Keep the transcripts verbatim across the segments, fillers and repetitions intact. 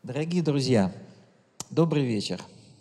Дорогие друзья, добрый вечер.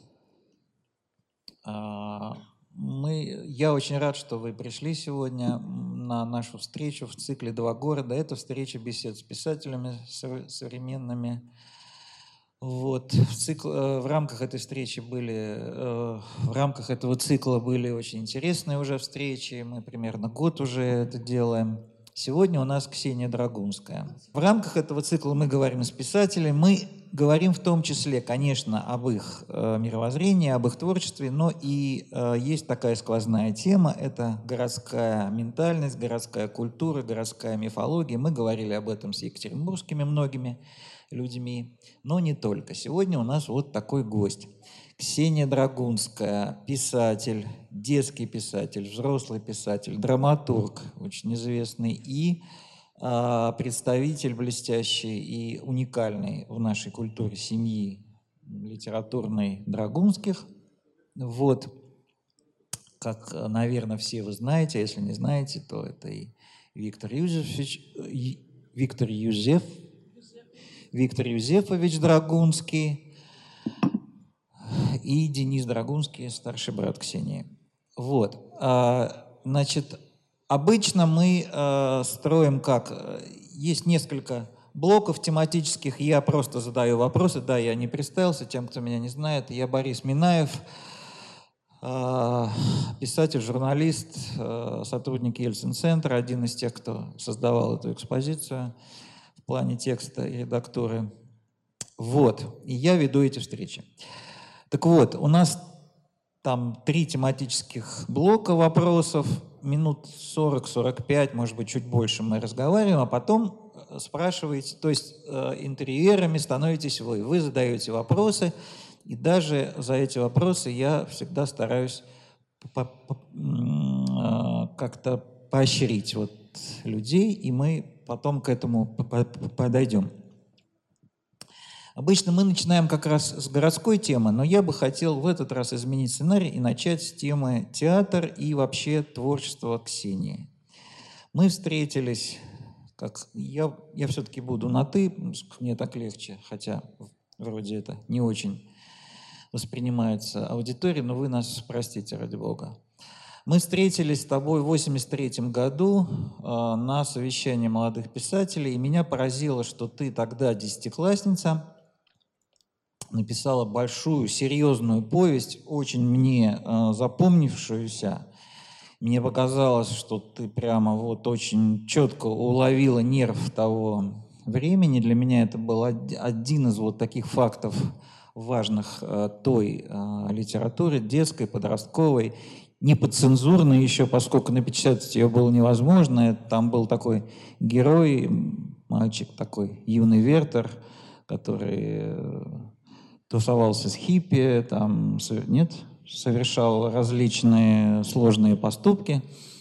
А, Мы, я очень рад, что вы пришли сегодня на нашу встречу в цикле «Два города». Это встреча бесед с писателями сов- современными. Вот. В, цикл, э, в рамках этой встречи были, э, в рамках этого цикла были очень интересные уже встречи. Мы примерно год уже это делаем. Сегодня у нас Ксения Драгунская. В рамках этого цикла мы говорим с писателями. Мы говорим в том числе, конечно, об их э, мировоззрении, об их творчестве, но и э, есть такая сквозная тема – это городская ментальность, городская культура, городская мифология. Мы говорили об этом с екатеринбургскими многими людьми, но не только. Сегодня у нас вот такой гость. Ксения Драгунская, писатель, детский писатель, взрослый писатель, драматург, очень известный, и а, представитель блестящий и уникальный в нашей культуре семьи литературной Драгунских. Вот, как, наверное, все вы знаете, а если не знаете, то это и Виктор Юзефович, Виктор Юзеф, Виктор Юзефович Драгунский и Денис Драгунский, старший брат Ксении. Вот. Значит, обычно мы строим как? Есть несколько блоков тематических, я просто задаю вопросы. Да, я не представился тем, кто меня не знает. Я Борис Минаев, писатель, журналист, сотрудник Ельцин-центра, один из тех, кто создавал эту экспозицию в плане текста и редактуры. Вот. И я веду эти встречи. Так вот, у нас там три тематических блока вопросов, минут сорок — сорок пять, может быть, чуть больше мы разговариваем, а потом спрашиваете, то есть э, интервьюерами становитесь вы, вы задаете вопросы, и даже за эти вопросы я всегда стараюсь как-то поощрить вот людей, и мы потом к этому подойдем. Обычно мы начинаем как раз с городской темы, но я бы хотел в этот раз изменить сценарий и начать с темы театр и вообще творчество Ксении. Мы встретились, как я, я все-таки буду на «ты», мне так легче, хотя вроде это не очень воспринимается аудиторией, но вы нас простите, ради бога. Мы встретились с тобой в восемьдесят третьем году э, на совещании молодых писателей, и меня поразило, что ты тогда десятиклассница, написала большую, серьезную повесть, очень мне э, запомнившуюся. Мне показалось, что ты прямо вот очень четко уловила нерв того времени. Для меня это был один из вот таких фактов важных э, той э, литературы, детской, подростковой, не подцензурной еще, поскольку напечатать ее было невозможно. Там был такой герой, мальчик такой, юный Вертер, который тусовался с хиппи, там, нет, совершал различные сложные поступки.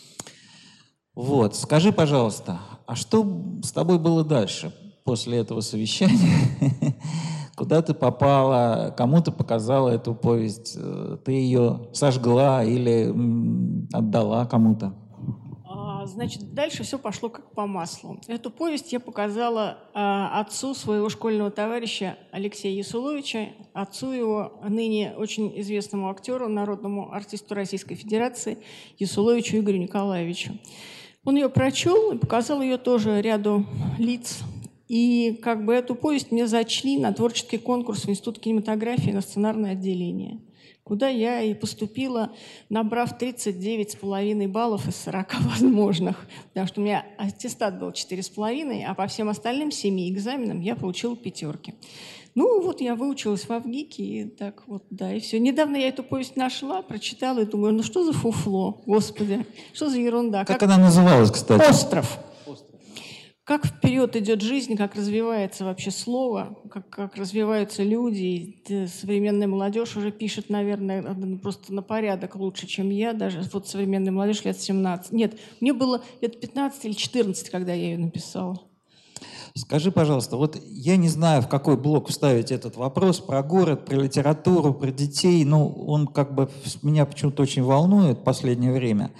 Вот, скажи, пожалуйста, а что с тобой было дальше после этого совещания? Куда ты попала, кому ты показала эту повесть? Ты ее сожгла или отдала кому-то? Значит, дальше все пошло как по маслу. Эту повесть я показала э, отцу своего школьного товарища Алексея Ясуловича, отцу его, ныне очень известному актеру, народному артисту Российской Федерации Ясуловичу Игорю Николаевичу. Он ее прочел и показал ее тоже ряду лиц. И как бы эту повесть мне зачли на творческий конкурс в Институт кинематографии на сценарное отделение, куда я и поступила, набрав тридцать девять с половиной баллов из сорока возможных, потому что у меня аттестат был четыре с половиной, а по всем остальным семи экзаменам я получила пятерки. Ну вот я выучилась в Авгике, и так вот, да, и все. Недавно я эту повесть нашла, прочитала и думаю, ну что за фуфло, господи, что за ерунда. Как, как она называлась, кстати? «Остров». Как вперед идет жизнь, как развивается вообще слово, как, как развиваются люди. И современная молодежь уже пишет, наверное, просто на порядок лучше, чем я. Даже вот современная молодежь лет семнадцать. Нет, мне было лет пятнадцать или четырнадцать, когда я ее написала. Скажи, пожалуйста, вот я не знаю, в какой блок вставить этот вопрос про город, про литературу, про детей. Ну, он как бы меня почему-то очень волнует в последнее время.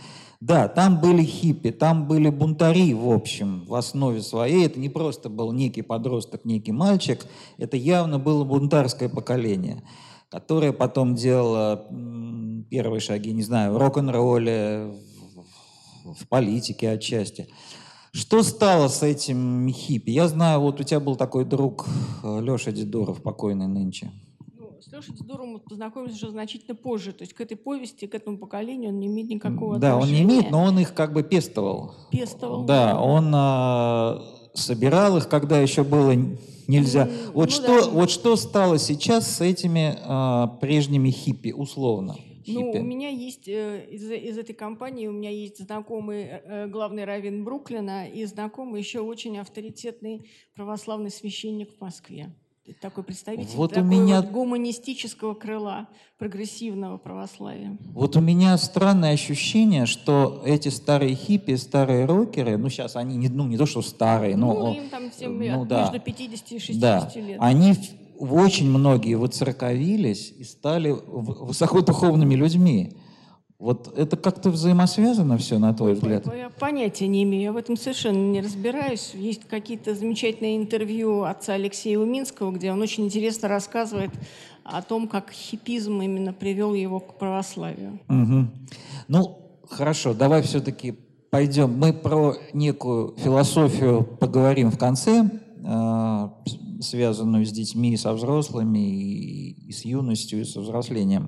Да, там были хиппи, там были бунтари, в общем, в основе своей. Это не просто был некий подросток, некий мальчик, это явно было бунтарское поколение, которое потом делало первые шаги, не знаю, в рок-н-ролле, в, в политике отчасти. Что стало с этим хиппи? Я знаю, вот у тебя был такой друг Леша Дедуров, покойный нынче. С Лешей Дедуровым мы познакомились уже значительно позже. То есть к этой повести, к этому поколению он не имеет никакого да, отношения. Да, он не имеет, но он их как бы пестовал. Пестовал. Да, да. Он а, собирал их, когда еще было нельзя. Mm, вот, ну что, да. вот что стало сейчас с этими а, прежними хиппи, условно? Ну, у меня есть, э, из, из этой компании, у меня есть знакомый э, главный раввин Бруклина и знакомый еще очень авторитетный православный священник в Москве. Такой представитель вот такой у меня... вот гуманистического крыла прогрессивного православия. Вот у меня странное ощущение, что эти старые хиппи, старые рокеры, ну сейчас они не, ну, не то что старые, ну, но... им там всем ну, да, между пятидесятью и шестидесятью да, лет. Они очень многие воцерковились и стали высокодуховными людьми. Вот это как-то взаимосвязано все, на твой взгляд? Я понятия не имею, я в этом совершенно не разбираюсь. Есть какие-то замечательные интервью отца Алексея Уминского, где он очень интересно рассказывает о том, как хиппизм именно привел его к православию. Угу. Ну, хорошо, давай все-таки пойдем. Мы про некую философию поговорим в конце, связанную с детьми, со взрослыми, и с юностью, и со взрослением.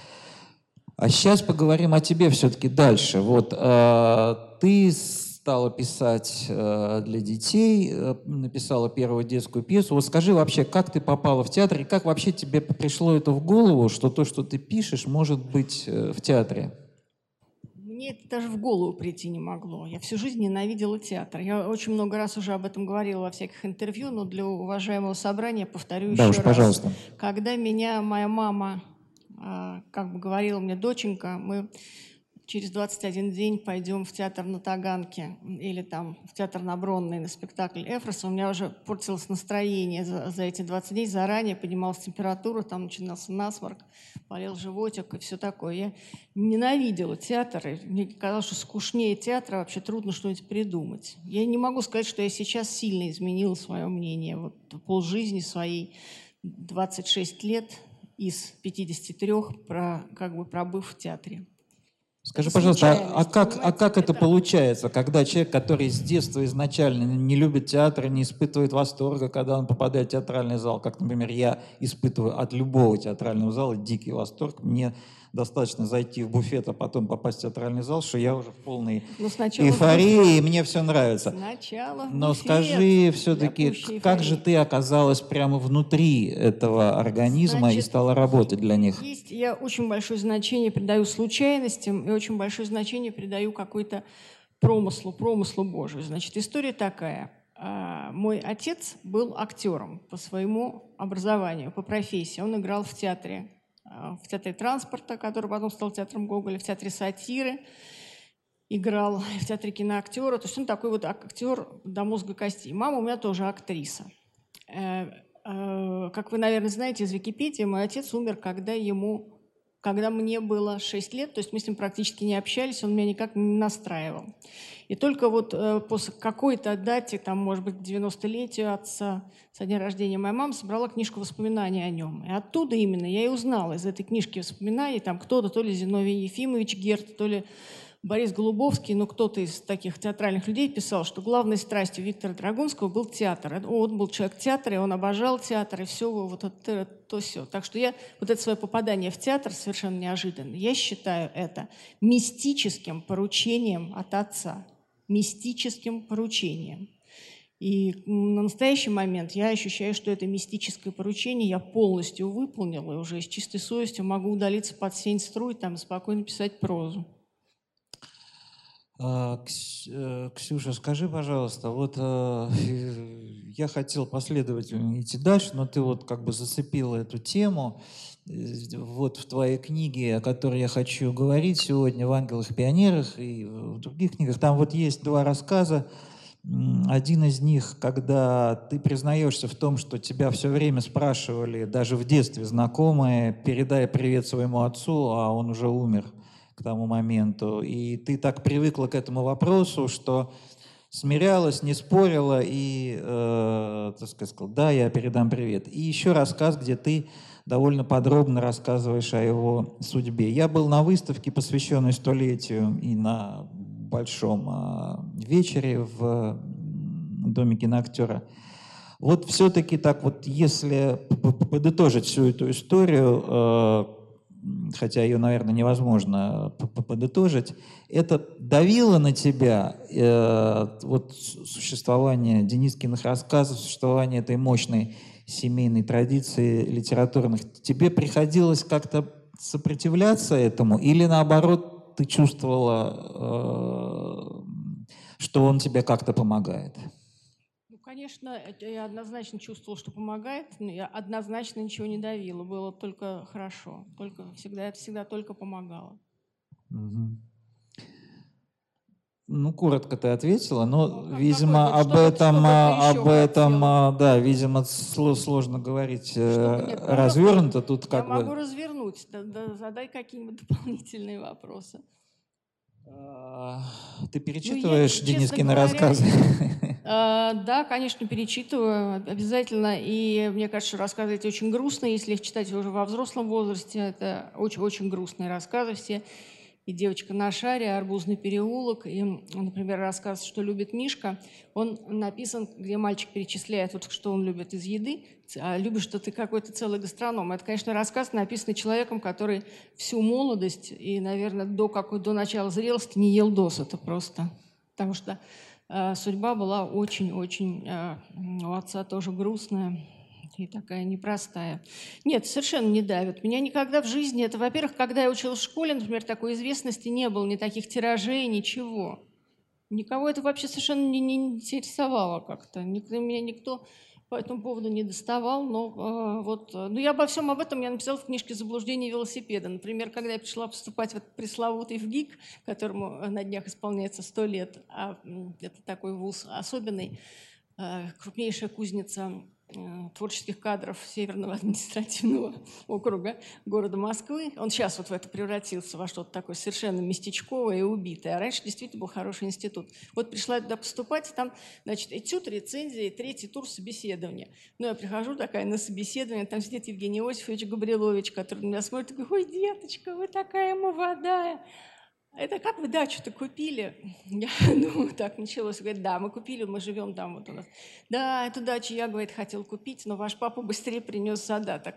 А сейчас поговорим о тебе все-таки дальше. Вот э, ты стала писать э, для детей, э, написала первую детскую пьесу. Вот скажи вообще, как ты попала в театр, и как вообще тебе пришло это в голову, что то, что ты пишешь, может быть э, в театре? Мне это даже в голову прийти не могло. Я всю жизнь ненавидела театр. Я очень много раз уже об этом говорила во всяких интервью, но для уважаемого собрания повторю да еще уж, раз. Пожалуйста. Когда меня моя мама, как бы говорила мне, доченька, мы через двадцать один день пойдем в театр на Таганке или там в театр на Бронной на спектакль Эфроса, у меня уже портилось настроение за, за эти двадцать дней, заранее поднималась температура, там начинался насморк, болел животик и все такое. Я ненавидела театр, и мне казалось, что скучнее театра вообще трудно что-нибудь придумать. Я не могу сказать, что я сейчас сильно изменила свое мнение. Вот полжизни своей, двадцать шесть лет из пятидесяти трёх, про, как бы пробыв в театре. Скажи, пожалуйста, а, а как, а как это, это получается, когда человек, который с детства изначально не любит театр, не испытывает восторга, когда он попадает в театральный зал, как, например, я испытываю от любого театрального зала дикий восторг, мне достаточно зайти в буфет, а потом попасть в театральный зал, что я уже в полной эйфории, и мне все нравится. Сначала Но скажи все-таки, как же ты оказалась прямо внутри этого организма Значит, и стала работать для них? Есть, я очень большое значение придаю случайностям и очень большое значение придаю какой-то промыслу, промыслу Божию. Значит, история такая. Мой отец был актером по своему образованию, по профессии. Он играл в театре. В театре транспорта, который потом стал театром Гоголя, в театре сатиры, играл в театре киноактера. То есть он такой вот актер до мозга костей. Мама у меня тоже актриса. Как вы, наверное, знаете из Википедии, мой отец умер, когда ему, когда мне было шесть лет, то есть мы с ним практически не общались, он меня никак не настраивал. И только вот э, после какой-то дате, там, может быть, девяностолетию отца, со дня рождения моей мамы, собрала книжку воспоминаний о нем. И оттуда именно я и узнала из этой книжки воспоминаний, там кто-то, то ли Зиновий Ефимович Герд, то ли Борис Голубовский, но кто-то из таких театральных людей писал, что главной страстью Виктора Драгунского был театр. Он был человек театра, и он обожал театр, и все вот это, то все. Так что я вот это свое попадание в театр совершенно неожиданно. Я считаю это мистическим поручением от отца. Мистическим поручением. И на настоящий момент я ощущаю, что это мистическое поручение я полностью выполнила, и уже с чистой совестью могу удалиться под сень струй там, и спокойно писать прозу. Ксюша, скажи, пожалуйста, вот я хотел последовательно идти дальше, но ты вот как бы зацепила эту тему. Вот в твоей книге, о которой я хочу говорить сегодня, «В ангелах-пионерах» и в других книгах, там вот есть два рассказа. Один из них, когда ты признаешься в том, что тебя все время спрашивали, даже в детстве знакомые, передай привет своему отцу, а он уже умер. к тому моменту, и ты так привыкла к этому вопросу, что смирялась, не спорила и, э, так сказать, сказала, да, я передам привет. И еще рассказ, где ты довольно подробно рассказываешь о его судьбе. Я был на выставке, посвященной столетию, и на большом э, вечере в Доме киноактера. Вот все-таки так вот, если подытожить всю эту историю, э, хотя ее, наверное, невозможно подытожить, это давило на тебя э, вот существование Денискиных рассказов, существование этой мощной семейной традиции литературных. Тебе приходилось как-то сопротивляться этому или, наоборот, ты чувствовала, э, что он тебе как-то помогает? Конечно, это я однозначно чувствовала, что помогает, но я однозначно ничего не давила, было только хорошо, только всегда, это всегда только помогало. Угу. Ну, коротко ты ответила, но, ну, видимо, какой, об что этом, бы, об этом, хотел? да, видимо, сложно говорить Чтобы, нет, развернуто. Тут я как могу бы... развернуть, да, да, задай какие-нибудь дополнительные вопросы. Ты перечитываешь ну, Денискины говоря, рассказы? Да, конечно, перечитываю обязательно. И мне кажется, рассказы эти очень грустные. Если их читать уже во взрослом возрасте, это очень-очень грустные рассказы все. И «Девочка на шаре», «Арбузный переулок», и, например, рассказ «Что любит Мишка», он написан, где мальчик перечисляет, вот, что он любит из еды, а любишь, что ты какой-то целый гастроном. Это, конечно, рассказ, написанный человеком, который всю молодость и, наверное, до, какой, до начала зрелости не ел досыта просто. Потому что э, судьба была очень-очень э, у отца тоже грустная. И такая непростая. Нет, совершенно не давит. Меня никогда в жизни... Это, во-первых, когда я училась в школе, например, такой известности не было, ни таких тиражей, ничего. Никого это вообще совершенно не, не интересовало как-то. Никто, меня никто по этому поводу не доставал. Но, э, вот, ну, я обо всем об этом я написала в книжке «Заблуждение велосипеда». Например, когда я пришла поступать в этот пресловутый в ГИК, которому на днях исполняется сто лет, а это такой вуз особенный, э, крупнейшая кузница творческих кадров Северного административного округа города Москвы. Он сейчас вот в это превратился во что-то такое совершенно местечковое и убитое. А раньше действительно был хороший институт. Вот пришла туда поступать, там, значит, этюд, рецензия, третий тур собеседования. Ну, я прихожу такая на собеседование, там сидит Евгений Иосифович Габрилович, который на меня смотрит и говорит: ой, деточка, вы такая молодая. Это как вы дачу-то купили? Я, ну, так началось. Говорит, да, мы купили, мы живем там вот у нас. Да, эту дачу я, говорит, хотел купить, но ваш папа быстрее принес задаток.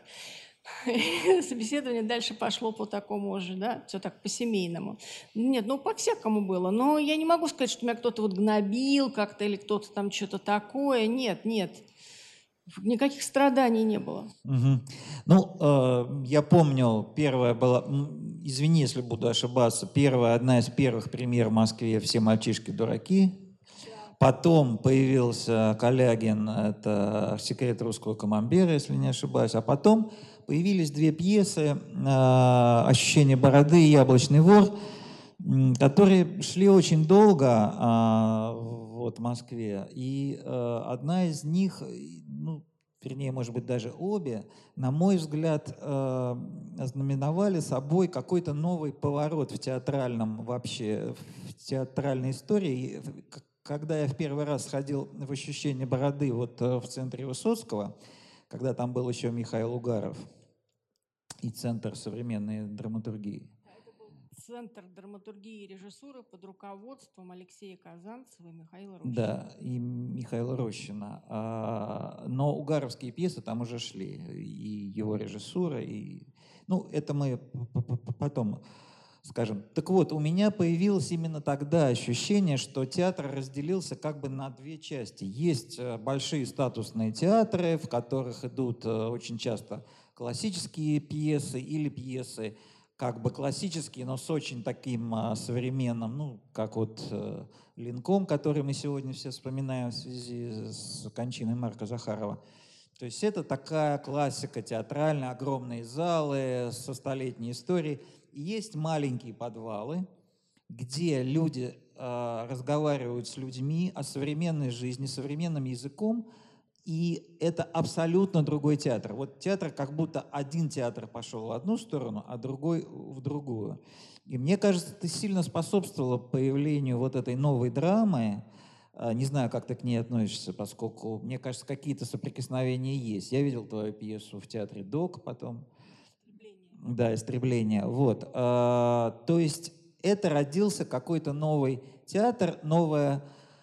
Собеседование дальше пошло по такому же, да, все так по-семейному. Нет, ну, по-всякому было. Но я не могу сказать, что меня кто-то вот гнобил как-то или кто-то там что-то такое. Нет, нет. Никаких страданий не было. Угу. Ну, э, я помню, первая была, извини, если буду ошибаться, первая, одна из первых премьер в Москве «Все мальчишки дураки». Потом появился Калягин, это «Секрет русского камамбера», если не ошибаюсь. А потом появились две пьесы э, «Ощущение бороды» и «Яблочный вор», которые шли очень долго э, вот, в Москве. И э, одна из них, ну, вернее, может быть, даже обе, на мой взгляд, э, ознаменовали собой какой-то новый поворот в театральном вообще, в театральной истории. Когда я в первый раз сходил в «Ощущение бороды» вот в центре Высоцкого, когда там был еще Михаил Угаров и Центр современной драматургии. Это был Центр драматургии и режиссуры под руководством Алексея Казанцева и Михаила Рощина. Да, и Михаила Рощина. Но угаровские пьесы там уже шли, и его режиссура, и... Ну, это мы потом скажем. Так вот, у меня появилось именно тогда ощущение, что театр разделился как бы на две части. Есть большие статусные театры, в которых идут очень часто классические пьесы или пьесы как бы классические, но с очень таким современным, ну, как вот «Линком», который мы сегодня все вспоминаем в связи с кончиной Марка Захарова. То есть это такая классика театральная, огромные залы со столетней историей. И есть маленькие подвалы, где люди э, разговаривают с людьми о современной жизни, современным языком, И это абсолютно другой театр. Вот театр, как будто один театр пошел в одну сторону, а другой в другую. И мне кажется, ты сильно способствовала появлению вот этой новой драмы. Не знаю, как ты к ней относишься, поскольку, мне кажется, какие-то соприкосновения есть. Я видел твою пьесу в театре ДОК потом. «Истребление». Да, «Истребление». Вот. То есть это родился какой-то новый театр, новая...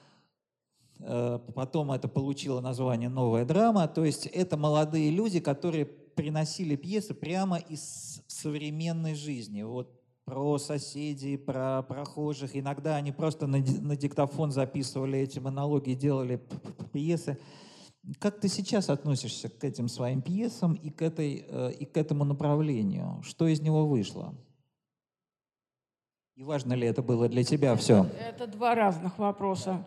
Потом это получило название «Новая драма». То есть это молодые люди, которые приносили пьесы прямо из современной жизни. Вот про соседей, про прохожих. Иногда они просто на, на диктофон записывали эти монологи, делали пьесы. Как ты сейчас относишься к этим своим пьесам и к, этой, и к этому направлению? Что из него вышло? И важно ли это было для тебя это, все? Это два разных вопроса.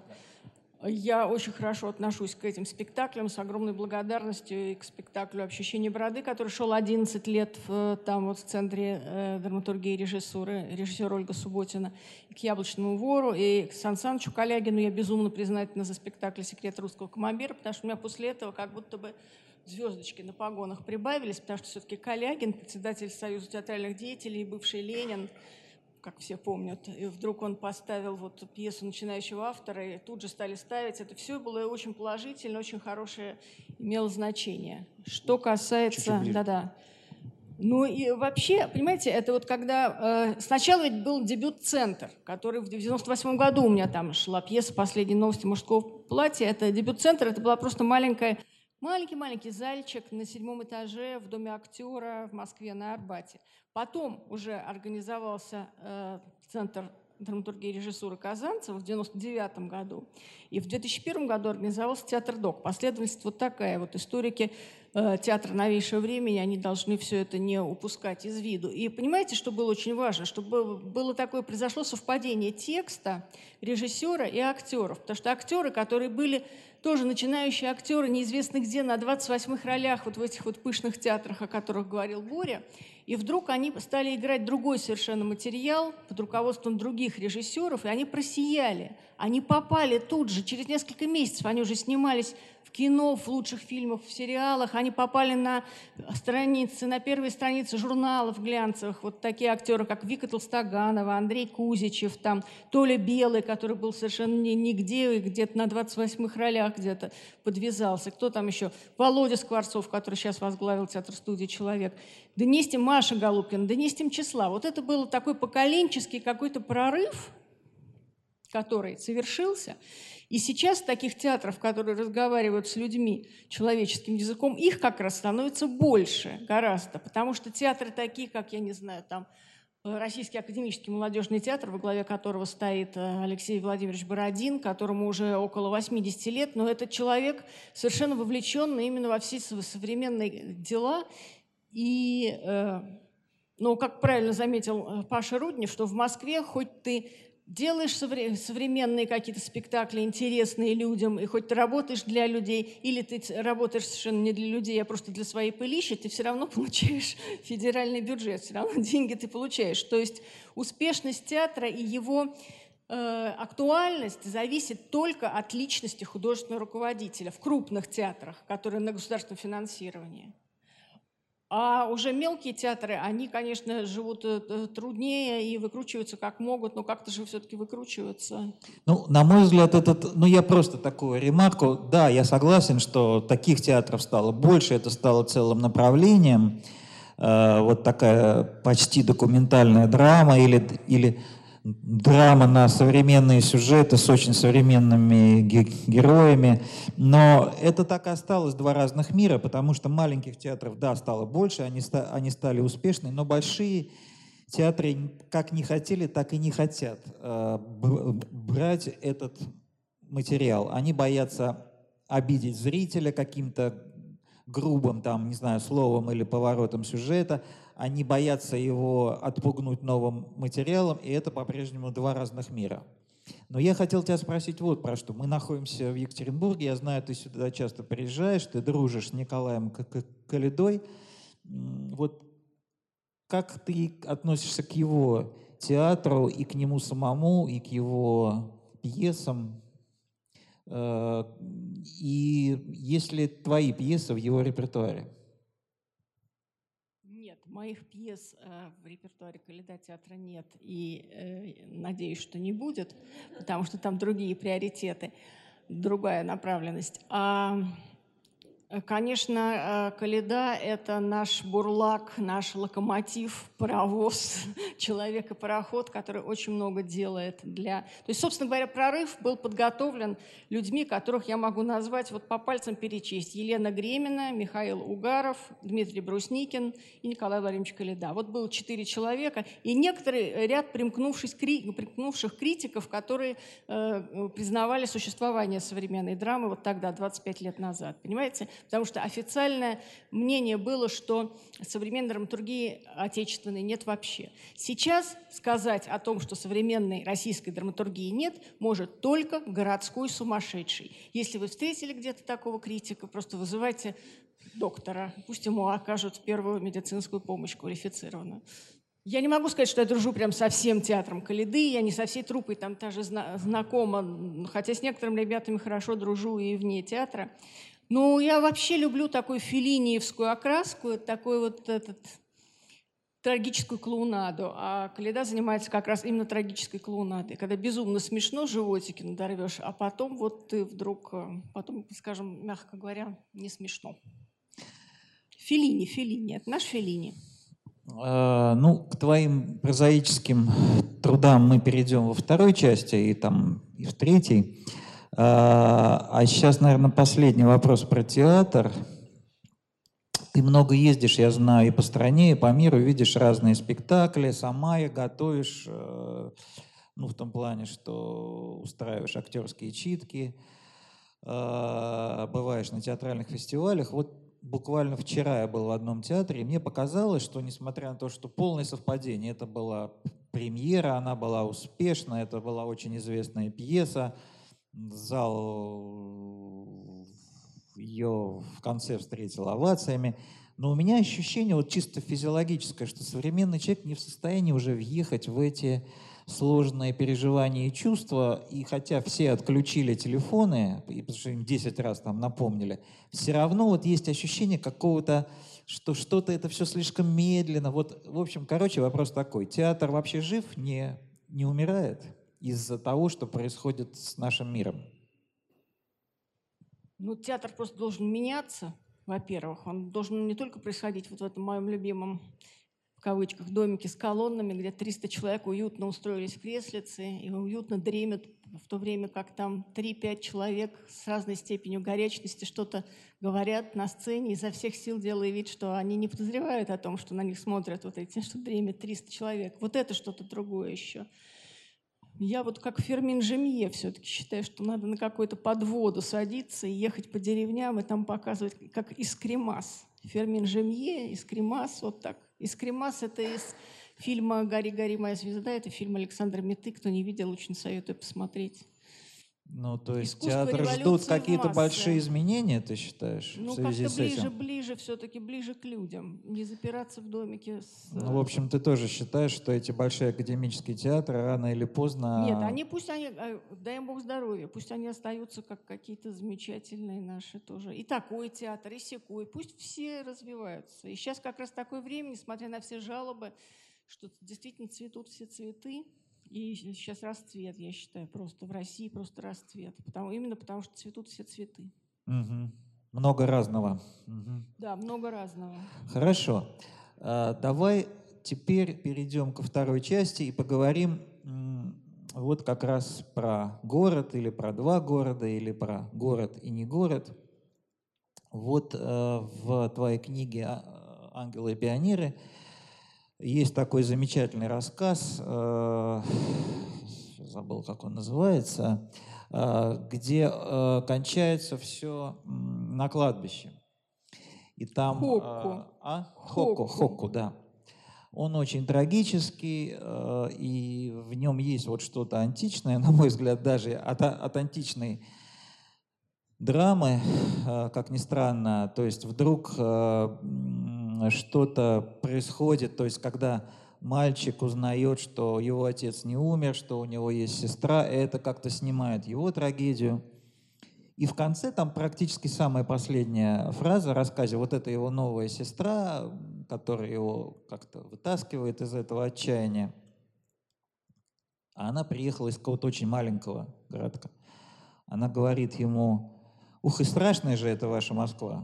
Я очень хорошо отношусь к этим спектаклям, с огромной благодарностью и к спектаклю «Ощущение бороды», который шел одиннадцать лет в, там вот в Центре э, драматургии и режиссуры, режиссер Ольга Субботина, и к «Яблочному вору», и к Сан Санычу Калягину. Я безумно признательна за спектакль «Секрет русского камамбера», потому что у меня после этого как будто бы звездочки на погонах прибавились, потому что все-таки Калягин, председатель Союза театральных деятелей, бывший Ленин, как все помнят, и вдруг он поставил вот пьесу начинающего автора, и тут же стали ставить. Это все было очень положительно, очень хорошее, имело значение. Что касается... Да-да. Ну и вообще, понимаете, это вот когда... Э, сначала ведь был дебют «Центр», который в девяносто восьмом году у меня там шла пьеса «Последние новости мужского платья». Это дебют «Центр», это была просто маленькая... Маленький-маленький зальчик на седьмом этаже в Доме актера в Москве на Арбате. Потом уже организовался э, Центр драматургии и режиссуры Казанцева в девяносто девятом году. И в две тысячи первом году организовался театр ДОК. Последовательность вот такая. Вот историки э, театра новейшего времени, они должны все это не упускать из виду. И понимаете, что было очень важно? Чтобы было такое, произошло совпадение текста, режиссера и актеров. Потому что актеры, которые были тоже начинающие актеры, неизвестно где, на двадцать восьмых ролях, вот в этих вот пышных театрах, о которых говорил Боря, и вдруг они стали играть другой совершенно материал под руководством других режиссеров, и они просияли. Они попали тут же, через несколько месяцев, они уже снимались в кино, в лучших фильмах, в сериалах, они попали на страницы, на первые страницы журналов глянцевых. Вот такие актеры, как Вика Толстоганова, Андрей Кузичев, там, Толя Белый, который был совершенно нигде, где-то на двадцать восьмых ролях где-то подвязался. Кто там еще? Володя Скворцов, который сейчас возглавил театр-студию «Человек». Денистим Маша Голубкина, Денистим Числа. Вот это был такой поколенческий какой-то прорыв, который совершился. И сейчас таких театров, которые разговаривают с людьми человеческим языком, их как раз становится больше гораздо, потому что театры такие, как, я не знаю, там Российский академический молодежный театр, во главе которого стоит Алексей Владимирович Бородин, которому уже около восьмидесяти лет, но этот человек совершенно вовлеченный именно во все современные дела. И, ну, как правильно заметил Паша Руднев, что в Москве хоть ты делаешь современные какие-то спектакли, интересные людям, и хоть ты работаешь для людей, или ты работаешь совершенно не для людей, а просто для своей пылищи, ты все равно получаешь федеральный бюджет, все равно деньги ты получаешь. То есть успешность театра и его э, актуальность зависит только от личности художественного руководителя в крупных театрах, которые на государственном финансировании. А уже мелкие театры, они, конечно, живут труднее и выкручиваются как могут, но как-то же все-таки выкручиваются. Ну, на мой взгляд, этот, ну, я просто такую ремарку. Да, я согласен, что таких театров стало больше, это стало целым направлением. Э, вот такая почти документальная драма или, или драма на современные сюжеты с очень современными героями. Но это так и осталось два разных мира, потому что маленьких театров, да, стало больше, они, ста они стали успешны, но большие театры как не хотели, так и не хотят э, брать этот материал. Они боятся обидеть зрителя каким-то грубым, там, не знаю, словом или поворотом сюжета. Они боятся его отпугнуть новым материалом, и это по-прежнему два разных мира. Но я хотел тебя спросить вот про что. Мы находимся в Екатеринбурге, я знаю, ты сюда часто приезжаешь, ты дружишь с Николаем Калидой. Вот как ты относишься к его театру и к нему самому, и к его пьесам? И есть ли твои пьесы в его репертуаре? Нет, моих пьес э, в репертуаре Коляда театра нет, и э, надеюсь, что не будет, потому что там другие приоритеты, другая направленность. А, конечно, Коляда — это наш бурлак, наш локомотив, паровоз, человек и пароход, который очень много делает для... То есть, собственно говоря, «Прорыв» был подготовлен людьми, которых я могу назвать, вот по пальцам перечесть: Елена Гремина, Михаил Угаров, Дмитрий Брусникин и Николай Владимирович Коляда. Вот было четыре человека, и некоторый ряд примкнувших, примкнувших критиков, которые э, признавали существование современной драмы вот тогда, двадцать пять лет назад. Понимаете? Потому что официальное мнение было, что современной драматургии отечественной нет вообще. Сейчас сказать о том, что современной российской драматургии нет, может только городской сумасшедший. Если вы встретили где-то такого критика, просто вызывайте доктора, пусть ему окажут первую медицинскую помощь квалифицированную. Я не могу сказать, что я дружу прям со всем театром Коляды, я не со всей труппой там даже зна- знакома, хотя с некоторыми ребятами хорошо дружу и вне театра. Ну, я вообще люблю такую феллиниевскую окраску, такой вот этот, трагическую клоунаду. А Коляда занимается как раз именно трагической клоунадой, когда безумно смешно, животики надорвешь, а потом вот ты вдруг, потом, скажем, мягко говоря, не смешно. Феллини, Феллини, это наш Феллини. А, ну, к твоим прозаическим трудам мы перейдем во второй части и там и в третьей. А сейчас, наверное, последний вопрос про театр. Ты много ездишь, я знаю, и по стране, и по миру, видишь разные спектакли, сама их готовишь, ну, в том плане, что устраиваешь актерские читки, бываешь на театральных фестивалях. Вот буквально вчера я был в одном театре, и мне показалось, что, несмотря на то, что полное совпадение, это была премьера, она была успешна, это была очень известная пьеса, зал ее в конце встретил овациями. Но у меня ощущение вот чисто физиологическое, что современный человек не в состоянии уже въехать в эти сложные переживания и чувства. И хотя все отключили телефоны, и потому что им десять раз там напомнили, все равно вот есть ощущение какого-то, что что-то это все слишком медленно. Вот, в общем, короче, вопрос такой. Театр вообще жив, не, не умирает из-за того, что происходит с нашим миром? Ну, театр просто должен меняться, во-первых. Он должен не только происходить вот в этом моем любимом, в кавычках, домике с колоннами, где триста человек уютно устроились в креслице и уютно дремят, в то время как там три-пять человек с разной степенью горячности что-то говорят на сцене, изо всех сил делая вид, что они не подозревают о том, что на них смотрят вот эти, что дремят триста человек. Вот это что-то другое еще. Я вот как Фермин Жемье все-таки считаю, что надо на какую-то подводу садиться и ехать по деревням и там показывать, как Искремас. Фермин Жемье, Искремас, вот так. Искремас — это из фильма «Гори, гори, моя звезда», это фильм Александра Меты. Кто не видел, очень советую посмотреть. Ну, то есть Искусство театр ждут революции в какие-то массы. большие изменения, ты считаешь, в Ну, связи как-то с ближе, этим? ближе, все-таки ближе к людям. Не запираться в домике с... Ну, в общем, ты тоже считаешь, что эти большие академические театры рано или поздно... Нет, они пусть они, дай им Бог здоровья, пусть они остаются как какие-то замечательные наши тоже. И такой театр, и сякой, пусть все развиваются. И сейчас как раз такое время, несмотря на все жалобы, что действительно цветут все цветы. И сейчас расцвет, я считаю, просто в России просто расцвет. Потому, именно потому, что цветут все цветы. Угу. Много разного. Угу. Да, много разного. Хорошо. А, давай теперь перейдем ко второй части и поговорим м, вот как раз про город или про два города, или про город и не город. Вот э, в твоей книге «Ангелы и пионеры» есть такой замечательный рассказ, э, забыл, как он называется, э, где э, кончается все на кладбище. И там... Хокку. Э, а? Хокку, Хокку, да. Он очень трагический, э, и в нем есть вот что-то античное, на мой взгляд, даже от, от античной драмы, э, как ни странно. То есть вдруг э, что-то происходит, то есть когда мальчик узнает, что его отец не умер, что у него есть сестра, и это как-то снимает его трагедию. И в конце там практически самая последняя фраза в рассказе. Вот это его новая сестра, которая его как-то вытаскивает из этого отчаяния. А она приехала из какого-то очень маленького городка. Она говорит ему: «Ух, и страшная же это ваша Москва».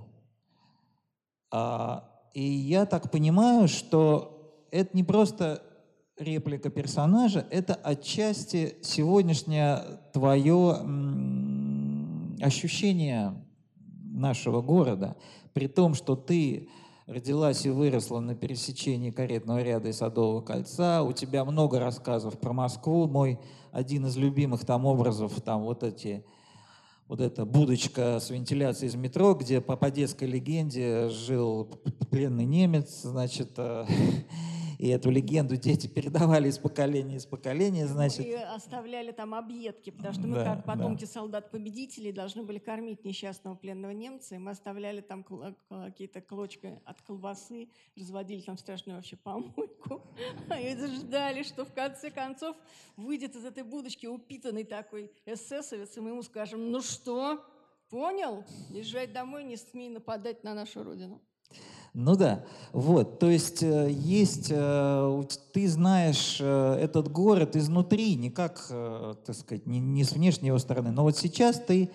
А, и я так понимаю, что это не просто реплика персонажа, это отчасти сегодняшнее твое м, ощущение нашего города. При том, что ты родилась и выросла на пересечении Каретного ряда и Садового кольца, у тебя много рассказов про Москву. Мой один из любимых там образов, там вот эти... Вот эта будочка с вентиляцией из метро, где по, по детской легенде жил пленный немец, значит, и эту легенду дети передавали из поколения в поколение, значит. И оставляли там объедки, потому что мы, да, как потомки да. солдат-победителей, должны были кормить несчастного пленного немца, и мы оставляли там какие-то клочки от колбасы, разводили там страшную вообще помойку, и ждали, что в конце концов выйдет из этой будочки упитанный такой эсэсовец, и мы ему скажем: ну что, понял? Езжай домой, не смей нападать на нашу родину. Ну да, вот, то есть есть, ты знаешь этот город изнутри, не как, так сказать, не, не с внешней его стороны, но вот сейчас ты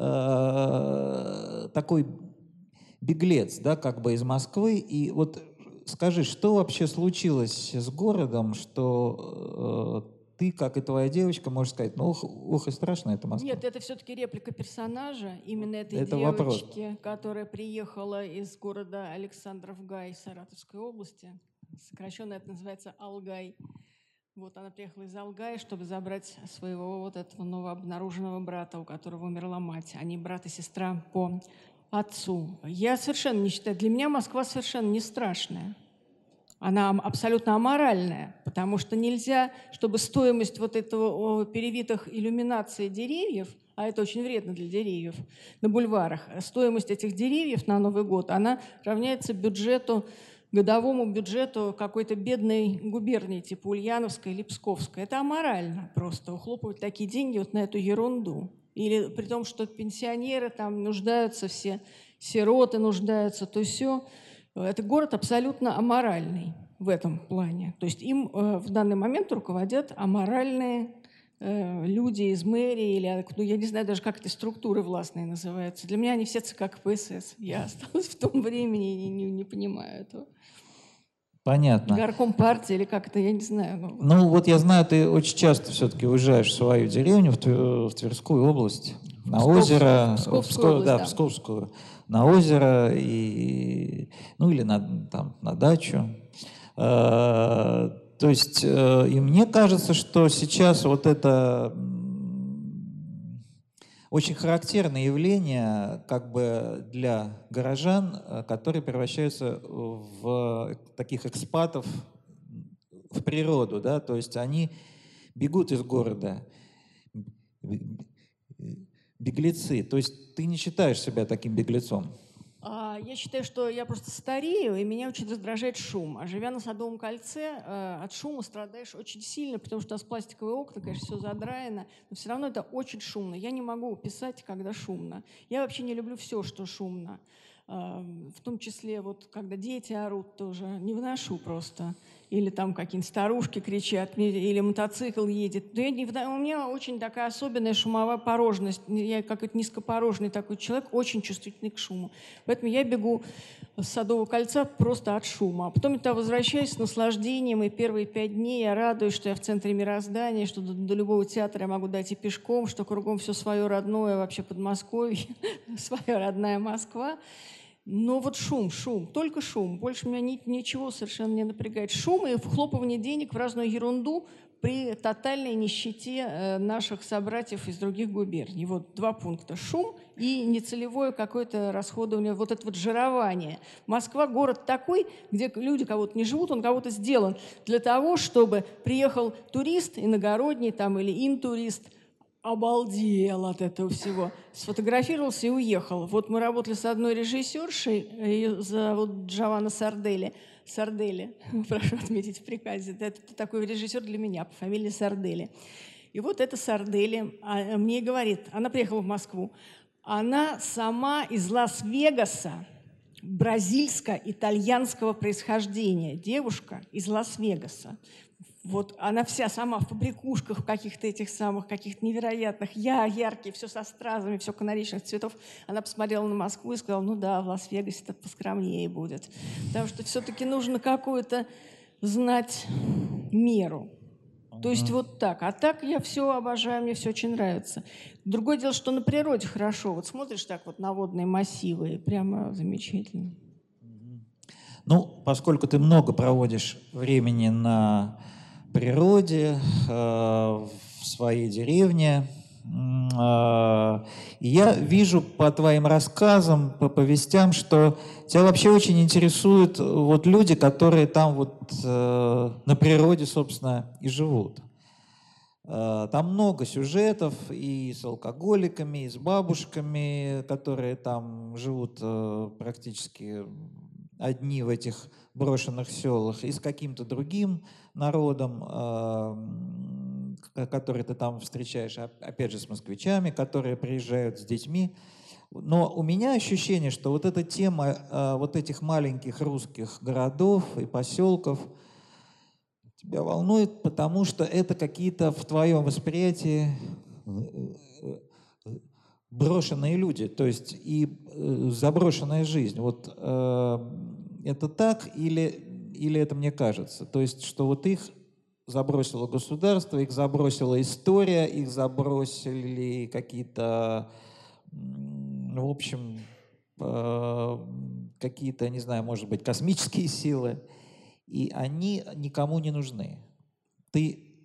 э, такой беглец, да, как бы из Москвы, и вот скажи, что вообще случилось с городом, что э, ты, как и твоя девочка, можешь сказать: ну, ох, ох и страшно это Москва. Нет, это все-таки реплика персонажа, именно этой это девочки, вопрос. Которая приехала из города Александров-Гай Саратовской области. Сокращенно это называется Алгай. Вот она приехала из Алгая, чтобы забрать своего вот этого новообнаруженного брата, у которого умерла мать. Они брат и сестра по отцу. Я совершенно не считаю, для меня Москва совершенно не страшная. Она абсолютно аморальная, потому что нельзя, чтобы стоимость вот этого перевитых иллюминаций деревьев, а это очень вредно для деревьев, на бульварах, стоимость этих деревьев на Новый год, она равняется бюджету, годовому бюджету какой-то бедной губернии, типа Ульяновской или Псковской. Это аморально просто, ухлопывать такие деньги вот на эту ерунду. Или при том, что пенсионеры там нуждаются все, сироты нуждаются, то все. Это город абсолютно аморальный в этом плане. То есть им э, в данный момент руководят аморальные э, люди из мэрии, или, ну, я не знаю даже, как эти структуры властные называются. Для меня они все ЦК КПСС. Я осталась в том времени и не, не, не понимаю этого. Понятно. Горком партии или как это, я не знаю. Но... Ну вот я знаю, ты очень часто все-таки уезжаешь в свою деревню, в, Твер, в Тверскую область, на Псков, озеро, Псковскую Псков, область, да, да. Псковскую, на озеро, и, ну или на, там, на дачу. А, то есть, и мне кажется, что сейчас вот это очень характерное явление как бы для горожан, которые превращаются в таких экспатов в природу, да, то есть они бегут из города, беглецы. То есть ты не считаешь себя таким беглецом? Я считаю, что я просто старею, и меня очень раздражает шум. А живя на Садовом кольце, от шума страдаешь очень сильно, потому что у нас пластиковые окна, конечно, все задраено, но все равно это очень шумно. Я не могу писать, когда шумно. Я вообще не люблю все, что шумно. В том числе, вот, когда дети орут, тоже не выношу просто. Или там какие-нибудь старушки кричат, или мотоцикл едет. Но я не, у меня очень такая особенная шумовая порожность. Я как низкопорожный такой человек, очень чувствительный к шуму. Поэтому я бегу с Садового кольца просто от шума. А потом я возвращаюсь с наслаждением, и первые пять дней я радуюсь, что я в центре мироздания, что до, до любого театра я могу дойти пешком, что кругом все свое родное, вообще Подмосковье, своя родная Москва. Но вот шум, шум, только шум. Больше меня ни, ничего совершенно не напрягает. Шум и вхлопывание денег в разную ерунду при тотальной нищете э, наших собратьев из других губерний. Вот два пункта. Шум и нецелевое какое-то расходование, вот это вот жирование. Москва – город такой, где люди кого-то не живут, он кого-то сделан для того, чтобы приехал турист иногородний там, или интурист, обалдел от этого всего, сфотографировался и уехал. Вот мы работали с одной режиссершей, ее зовут Джованна Сардели. Сардели, прошу отметить в приказе. Это такой режиссер для меня по фамилии Сардели. И вот эта Сардели а, мне говорит, она приехала в Москву, Она сама из Лас-Вегаса, бразильско-итальянского происхождения. Девушка из Лас-Вегаса. Вот она вся сама в побрякушках, в каких-то этих самых, каких-то невероятных, я, яркие, все со стразами, все канаречных цветов. Она посмотрела на Москву и сказала, ну да, в Лас-Вегасе это поскромнее будет. Потому что все-таки нужно какую-то знать меру. То есть вот так. А так я все обожаю, мне все очень нравится. Другое дело, что на природе хорошо. Вот смотришь так вот на водные массивы, и прямо замечательно. Ну, поскольку ты много проводишь времени на природе, э, в своей деревне, э, я вижу по твоим рассказам, по повестям, что тебя вообще очень интересуют вот люди, которые там вот э, на природе, собственно, и живут. Э, там много сюжетов и с алкоголиками, и с бабушками, которые там живут э, практически одни в этих брошенных селах, и с каким-то другим народом, который ты там встречаешь, опять же, с москвичами, которые приезжают с детьми. Но у меня ощущение, что вот эта тема вот этих маленьких русских городов и поселков тебя волнует, потому что это какие-то в твоем восприятии брошенные люди, то есть и заброшенная жизнь. Вот это так или, или это мне кажется? То есть, что вот их забросило государство, их забросила история, их забросили какие-то, ну, в общем, какие-то, не знаю, может быть, космические силы, и они никому не нужны. Ты,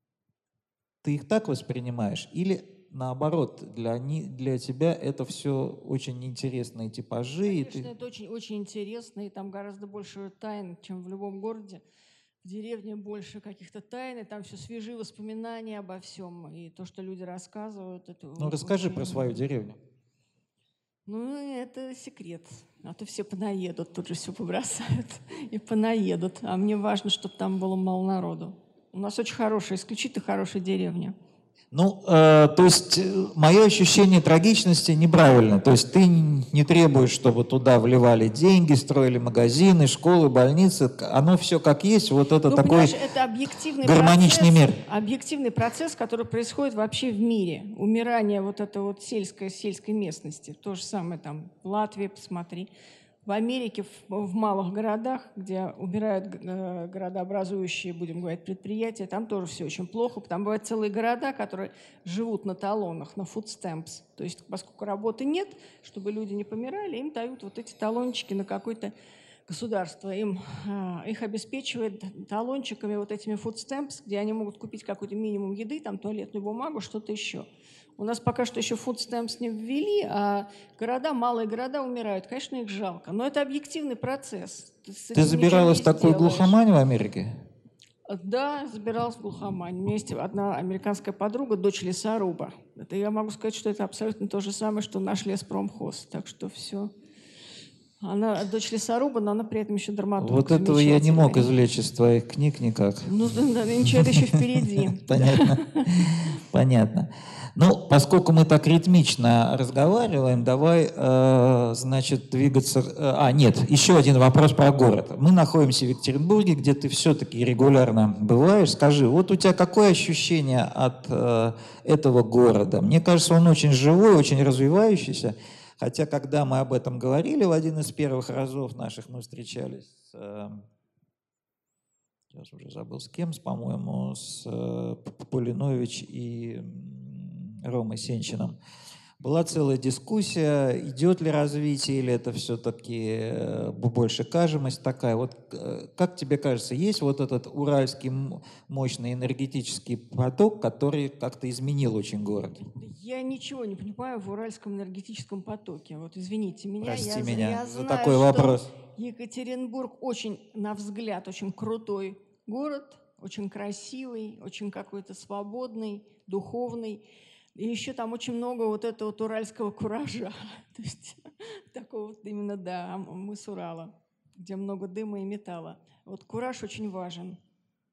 ты их так воспринимаешь? Или наоборот, для, они, для тебя это все очень интересные типажи? Конечно, и ты... это очень, очень интересно, и там гораздо больше тайн, чем в любом городе. В деревне больше каких-то тайн, и там все свежие воспоминания обо всем, и то, что люди рассказывают. Это ну, расскажи очень... про свою деревню. Ну, это секрет. А то все понаедут, тут же все побросают и понаедут. А мне важно, чтобы там было мало народу. У нас очень хорошая, исключительно хорошая деревня. Ну, э, то есть мое ощущение трагичности неправильно. То есть ты не требуешь, чтобы туда вливали деньги, строили магазины, школы, больницы. Оно все как есть. Вот это ну, такой это объективный гармоничный процесс, мир. Объективный процесс, который происходит вообще в мире. Умирание вот этой вот сельской, сельской местности. То же самое там в Латвии, посмотри. В Америке, в, в малых городах, где умирают э, городообразующие, будем говорить, предприятия, там тоже все очень плохо. Там бывают целые города, которые живут на талонах, на food stamps. То есть, поскольку работы нет, чтобы люди не помирали, им дают вот эти талончики на какой-то государство. Им, э, их обеспечивает талончиками, вот этими food stamps, где они могут купить какой-то минимум еды, там туалетную бумагу, что-то еще. У нас пока что еще food stamps не ввели, а города, малые города умирают. Конечно, их жалко, но это объективный процесс. Ты, Ты забиралась в такую глухомань в Америке? Да, забиралась в глухомань. У меня есть одна американская подруга, дочь лесоруба. Это я могу сказать, что это абсолютно то же самое, что наш леспромхоз. Так что все. Она дочь лесоруба, но она при этом еще драматург. Вот этого я не мог извлечь из твоих книг никак. Ну, да, ничего, это еще впереди. Понятно. Понятно. Ну, поскольку мы так ритмично разговариваем, давай, э, значит, двигаться... А, нет, еще один вопрос про город. Мы находимся в Екатеринбурге, где ты все-таки регулярно бываешь. Скажи, вот у тебя какое ощущение от э, этого города? Мне кажется, он очень живой, очень развивающийся. Хотя, когда мы об этом говорили в один из первых разов наших, мы встречались с... Э, сейчас уже забыл с кем, по-моему, с э, Полинович и Ромой Сенчиным. Была целая дискуссия, идет ли развитие, или это все-таки больше кажемость такая. Вот как тебе кажется, есть вот этот уральский мощный энергетический поток, который как-то изменил очень город? Я ничего не понимаю в уральском энергетическом потоке. Вот извините меня. Прости я, меня я за знаю, такой вопрос. Екатеринбург очень, на взгляд, очень крутой город, очень красивый, очень какой-то свободный, духовный. И еще там очень много вот этого вот уральского куража. То есть такого вот именно, да, мы с Урала, где много дыма и металла. Вот кураж очень важен.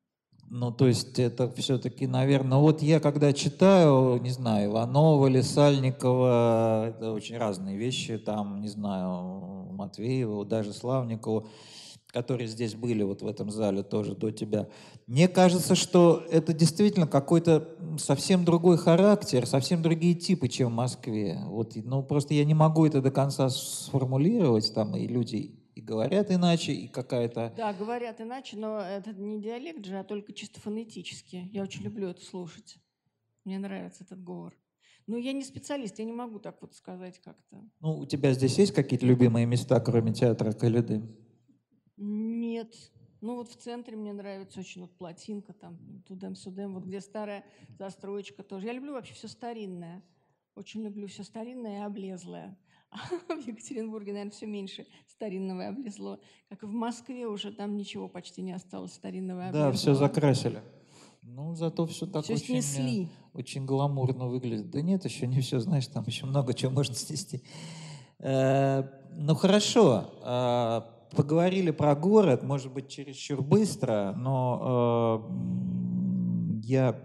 Ну, то есть это все-таки, наверное, вот я когда читаю, не знаю, Иванова или Сальникова, это очень разные вещи, там, не знаю, Матвеева, даже Славникова, которые здесь были вот в этом зале тоже до тебя. Мне кажется, что это действительно какой-то совсем другой характер, совсем другие типы, чем в Москве. Вот, ну, просто я не могу это до конца сформулировать, там и люди и говорят иначе, и какая-то... Да, говорят иначе, но это не диалект же, а только чисто фонетически. Я очень люблю это слушать. Мне нравится этот говор. Но я не специалист, я не могу так вот сказать как-то. Ну, у тебя здесь есть какие-то любимые места, кроме театра Коляды? Нет. Ну вот в центре мне нравится очень вот плотинка, там тудем-сюдем, вот где старая застроечка тоже. Я люблю вообще все старинное. Очень люблю все старинное и облезлое. А в Екатеринбурге, наверное, все меньше старинного и облезлого. Как и в Москве уже там ничего почти не осталось старинного и облезлого. Да, все закрасили. Ну, зато все так Всё очень, снесли. очень гламурно выглядит. Да нет, еще не все, знаешь, там еще много чего можно снести. Э, ну, хорошо. Э, поговорили про город, может быть, чересчур быстро, но э, я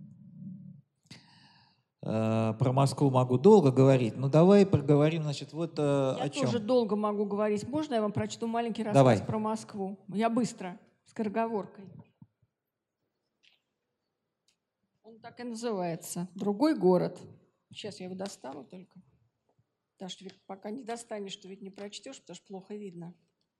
э, про Москву могу долго говорить. Ну, давай поговорим, значит, вот э, Я о чем. тоже долго могу говорить. Можно я вам прочту маленький рассказ Давай. про Москву? Я быстро, скороговоркой. Он так и называется. «Другой город». Сейчас я его достану только. Потому что пока не достанешь, то ведь не прочтешь, потому что плохо видно.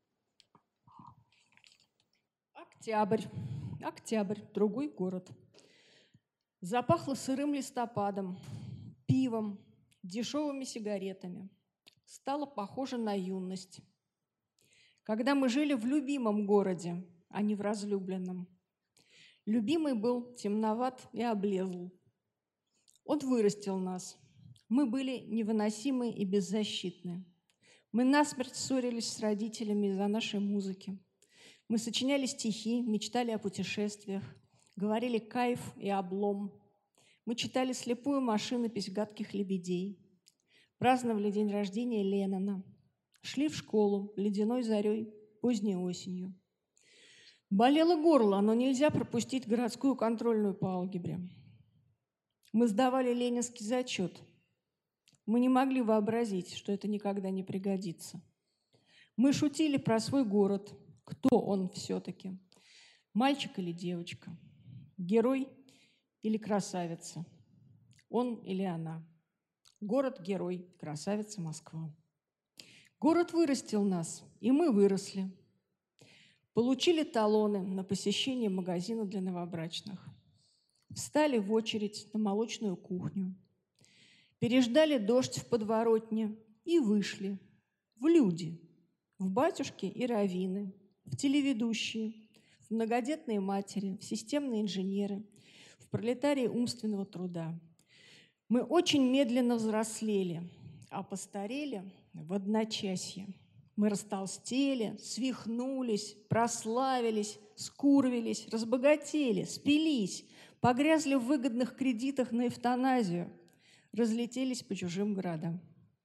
Октябрь. Октябрь. Другой город. Запахло сырым листопадом, пивом, дешевыми сигаретами. Стало похоже на юность. Когда мы жили в любимом городе, а не в разлюбленном. Любимый был темноват и облезл. Он вырастил нас. Мы были невыносимы и беззащитны. Мы насмерть ссорились с родителями из-за нашей музыки. Мы сочиняли стихи, мечтали о путешествиях, говорили кайф и облом. Мы читали слепую машинопись гадких лебедей, праздновали день рождения Леннона, шли в школу ледяной зарей поздней осенью. Болело горло, но нельзя пропустить городскую контрольную по алгебре. Мы сдавали ленинский зачет. Мы не могли вообразить, что это никогда не пригодится. Мы шутили про свой город. Кто он все-таки? Мальчик или девочка? Герой или красавица? Он или она? Город-герой, красавица Москва. Город вырастил нас, и мы выросли. Получили талоны на посещение магазина для новобрачных. Встали в очередь на молочную кухню. Переждали дождь в подворотне и вышли в люди, в батюшки и раввины, в телеведущие, в многодетные матери, в системные инженеры, в пролетарии умственного труда. Мы очень медленно взрослели, а постарели в одночасье. Мы растолстели, свихнулись, прославились, скурвились, разбогатели, спились, погрязли в выгодных кредитах на эвтаназию, разлетелись по чужим городам.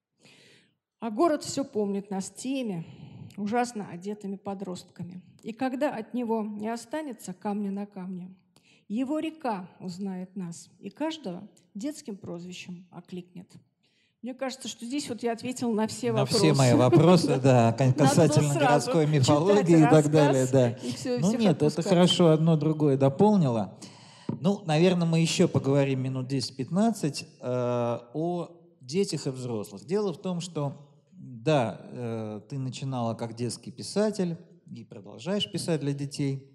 А город все помнит нас теми, ужасно одетыми подростками. И когда от него не останется камня на камне, его река узнает нас, и каждого детским прозвищем окликнет. Мне кажется, что здесь вот я ответила на все на вопросы. все мои вопросы, да, касательно городской мифологии и так далее. Да. Ну нет, это хорошо одно другое дополнило. Ну, наверное, мы еще поговорим минут десять-пятнадцать э, о детях и взрослых. Дело в том, что, да, э, ты начинала как детский писатель и продолжаешь писать для детей.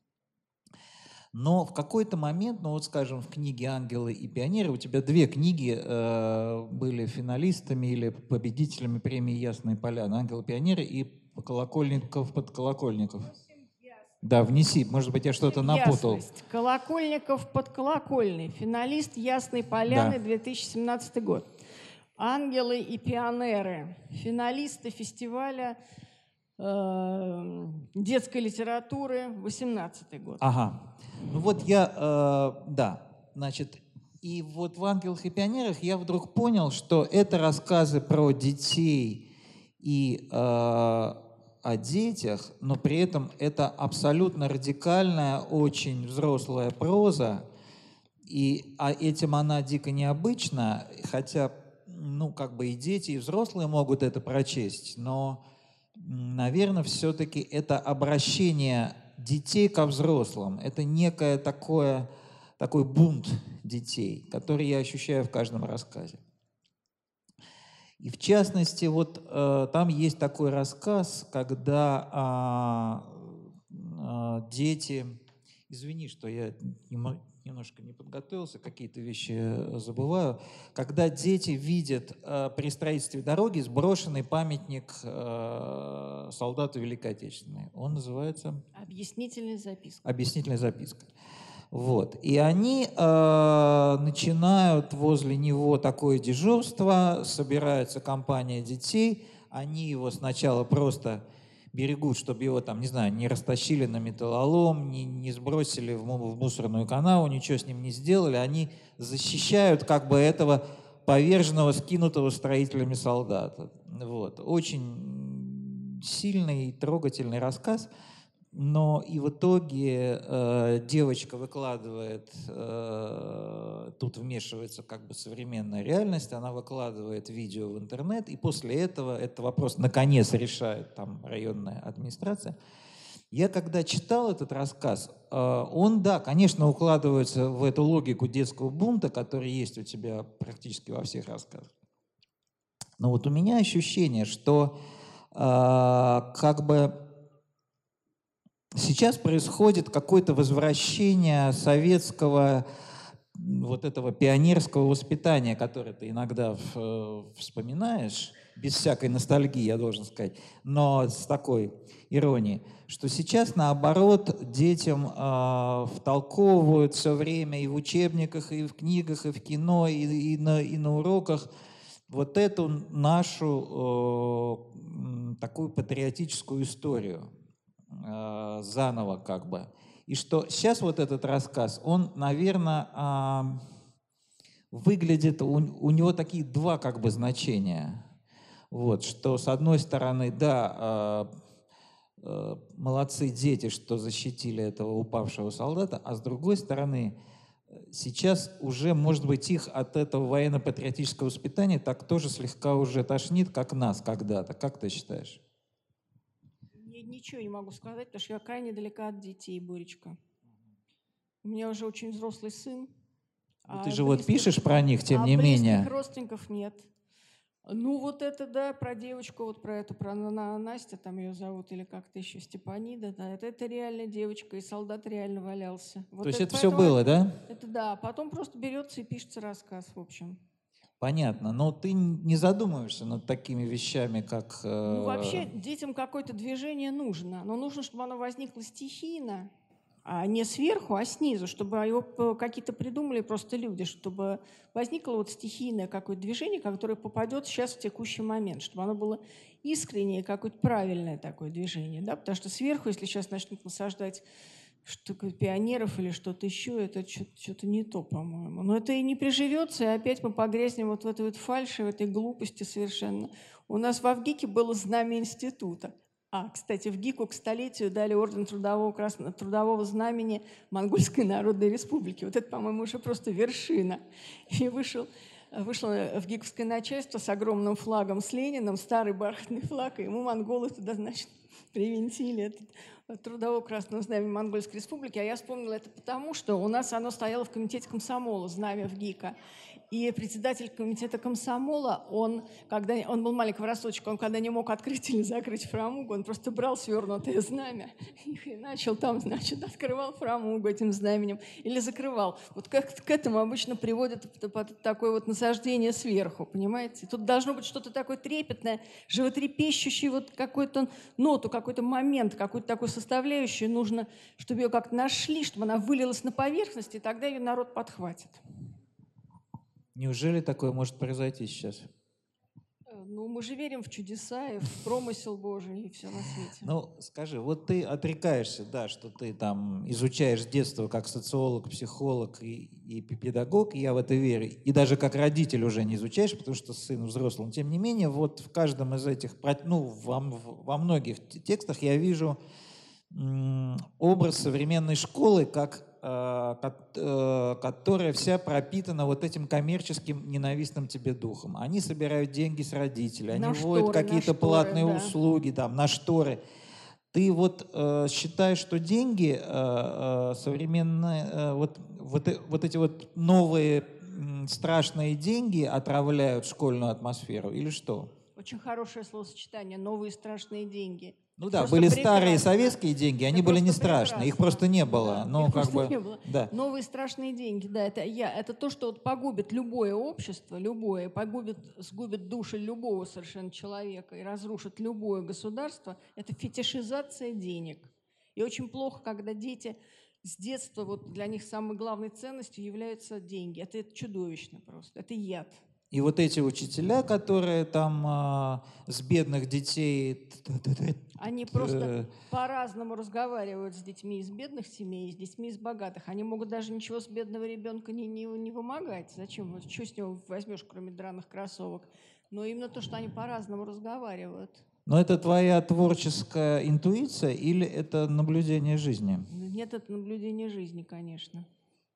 Но в какой-то момент, ну вот скажем, в книге «Ангелы и пионеры» у тебя две книги э, были финалистами или победителями премии «Ясные поляны». «Ангелы и пионеры» и «Колокольников под колокольников». Да, внеси, может быть, я что-то напутал. Ясность. «Колокольников под колокольный». Финалист «Ясной поляны», Да. две тысячи семнадцатый год. «Ангелы и пионеры». Финалисты фестиваля э, детской литературы, восемнадцатый год. Ага. Ну вот я, э, да, значит, и вот в «Ангелах и пионерах» я вдруг понял, что это рассказы про детей и э, о детях, но при этом это абсолютно радикальная, очень взрослая проза, и а этим она дико необычна, хотя, ну, как бы и дети, и взрослые могут это прочесть, но, наверное, все-таки это обращение детей ко взрослым, это некое такое, такой бунт детей, который я ощущаю в каждом рассказе. И в частности, вот э, там есть такой рассказ, когда а, а, дети, извини, что я немножко не подготовился, какие-то вещи забываю, когда дети видят э, при строительстве дороги сброшенный памятник э, солдату Великой Отечественной. Он называется? Объяснительная записка. Объяснительная записка. Вот. И они э, начинают возле него такое дежурство, собирается компания детей, они его сначала просто берегут, чтобы его там, не знаю, не растащили на металлолом, не, не сбросили в, в мусорную канаву, ничего с ним не сделали, они защищают как бы этого поверженного, скинутого строителями солдата. Вот. Очень сильный, трогательный рассказ. Но и в итоге э, девочка выкладывает, э, тут вмешивается как бы современная реальность, она выкладывает видео в интернет, и после этого этот вопрос наконец решает там районная администрация. Я когда читал этот рассказ, э, он, да, конечно, укладывается в эту логику детского бунта, который есть у тебя практически во всех рассказах. Но вот у меня ощущение, что э, как бы сейчас происходит какое-то возвращение советского вот этого пионерского воспитания, которое ты иногда вспоминаешь, без всякой ностальгии, я должен сказать, но с такой иронией, что сейчас, наоборот, детям э, втолковывают все время и в учебниках, и в книгах, и в кино, и, и, на, и на уроках вот эту нашу э, такую патриотическую историю. Заново как бы. И что сейчас вот этот рассказ, он, наверное, выглядит, у, у него такие два как бы значения. Вот, что с одной стороны, да, молодцы дети, что защитили этого упавшего солдата, а с другой стороны, сейчас уже, может быть, их от этого военно-патриотического воспитания так тоже слегка уже тошнит, как нас когда-то. Как ты считаешь? Я ничего не могу сказать, потому что я крайне далека от детей, Боречка. У меня уже очень взрослый сын. Ну, а ты же близких, вот пишешь про них, тем а не менее. близких родственников нет. Ну, вот это, да, про девочку, вот про эту, про Настя, там ее зовут, или как-то еще, Степанида, да, это, это реально девочка, и солдат реально валялся. Вот То есть это, это все было, да? Это да, потом просто берется и пишется рассказ, в общем. Понятно, но ты не задумываешься над такими вещами, как… Э... Ну, вообще, детям какое-то движение нужно, но нужно, чтобы оно возникло стихийно, а не сверху, а снизу, чтобы его какие-то придумали просто люди, чтобы возникло вот стихийное какое-то движение, которое попадет сейчас в текущий момент, чтобы оно было искреннее, какое-то правильное такое движение, да, потому что сверху, если сейчас начнут насаждать что-то пионеров или что-то еще, это что-то не то, по-моему. Но это и не приживется, и опять мы погрязнем вот в этой вот фальши, в этой глупости совершенно. У нас в Авгике было знамя института. А, кстати, в ГИКу к столетию дали орден трудового, красного, трудового знамени Монгольской Народной Республики. Вот это, по-моему, уже просто вершина. И вышел, вышло в ГИКовское начальство с огромным флагом с Лениным, старый бархатный флаг, и ему монголы туда, значит, привинтили этот трудового красного знамени Монгольской Республики. А я вспомнила это потому, что у нас оно стояло в комитете комсомола, знамя в ГИКа. И председатель комитета комсомола, он, когда он был маленького росточка, он когда не мог открыть или закрыть фрамугу, он просто брал свернутое знамя и начал там, значит, открывал фрамугу этим знаменем или закрывал. Вот как к этому обычно приводит такое вот насаждение сверху, понимаете? Тут должно быть что-то такое трепетное, животрепещущее, вот какую-то ноту, какой-то момент, какую-то такую составляющую нужно, чтобы ее как-то нашли, чтобы она вылилась на поверхность, и тогда ее народ подхватит. Неужели такое может произойти сейчас? Ну, мы же верим в чудеса и в промысел Божий, и все на свете. Ну, скажи, вот ты отрекаешься, да, что ты там изучаешь с детства как социолог, психолог и, и педагог, и я в это верю, и даже как родитель уже не изучаешь, потому что сын взрослый. Но, тем не менее, вот в каждом из этих, ну, во, во многих текстах я вижу м, образ современной школы как которая вся пропитана вот этим коммерческим ненавистным тебе духом. Они собирают деньги с родителей, они вводят какие-то платные да. услуги там, на шторы. Ты вот э, считаешь, что деньги э, э, современные, э, вот, вот, вот эти вот новые э, страшные деньги отравляют школьную атмосферу или что? Очень хорошее словосочетание «новые страшные деньги». Ну да, были прекрасно. Старые советские деньги, они это были не страшные, прекрасно. Их просто не было. Да, но их как бы, не было. Да. Новые страшные деньги, да, это я, это то, что вот погубит любое общество, любое, погубит, сгубит души любого совершенно человека и разрушит любое государство, это фетишизация денег. И очень плохо, когда дети с детства, вот для них самой главной ценностью являются деньги. Это, это чудовищно просто, это яд. И вот эти учителя, которые там а, с бедных детей... Они просто по-разному разговаривают с детьми из бедных семей, с детьми из богатых. Они могут даже ничего с бедного ребенка не, не, не вымогать. Зачем? Что с него возьмешь, кроме драных кроссовок? Но именно то, что они по-разному разговаривают. Но это твоя творческая интуиция или это наблюдение жизни? Нет, это наблюдение жизни, конечно.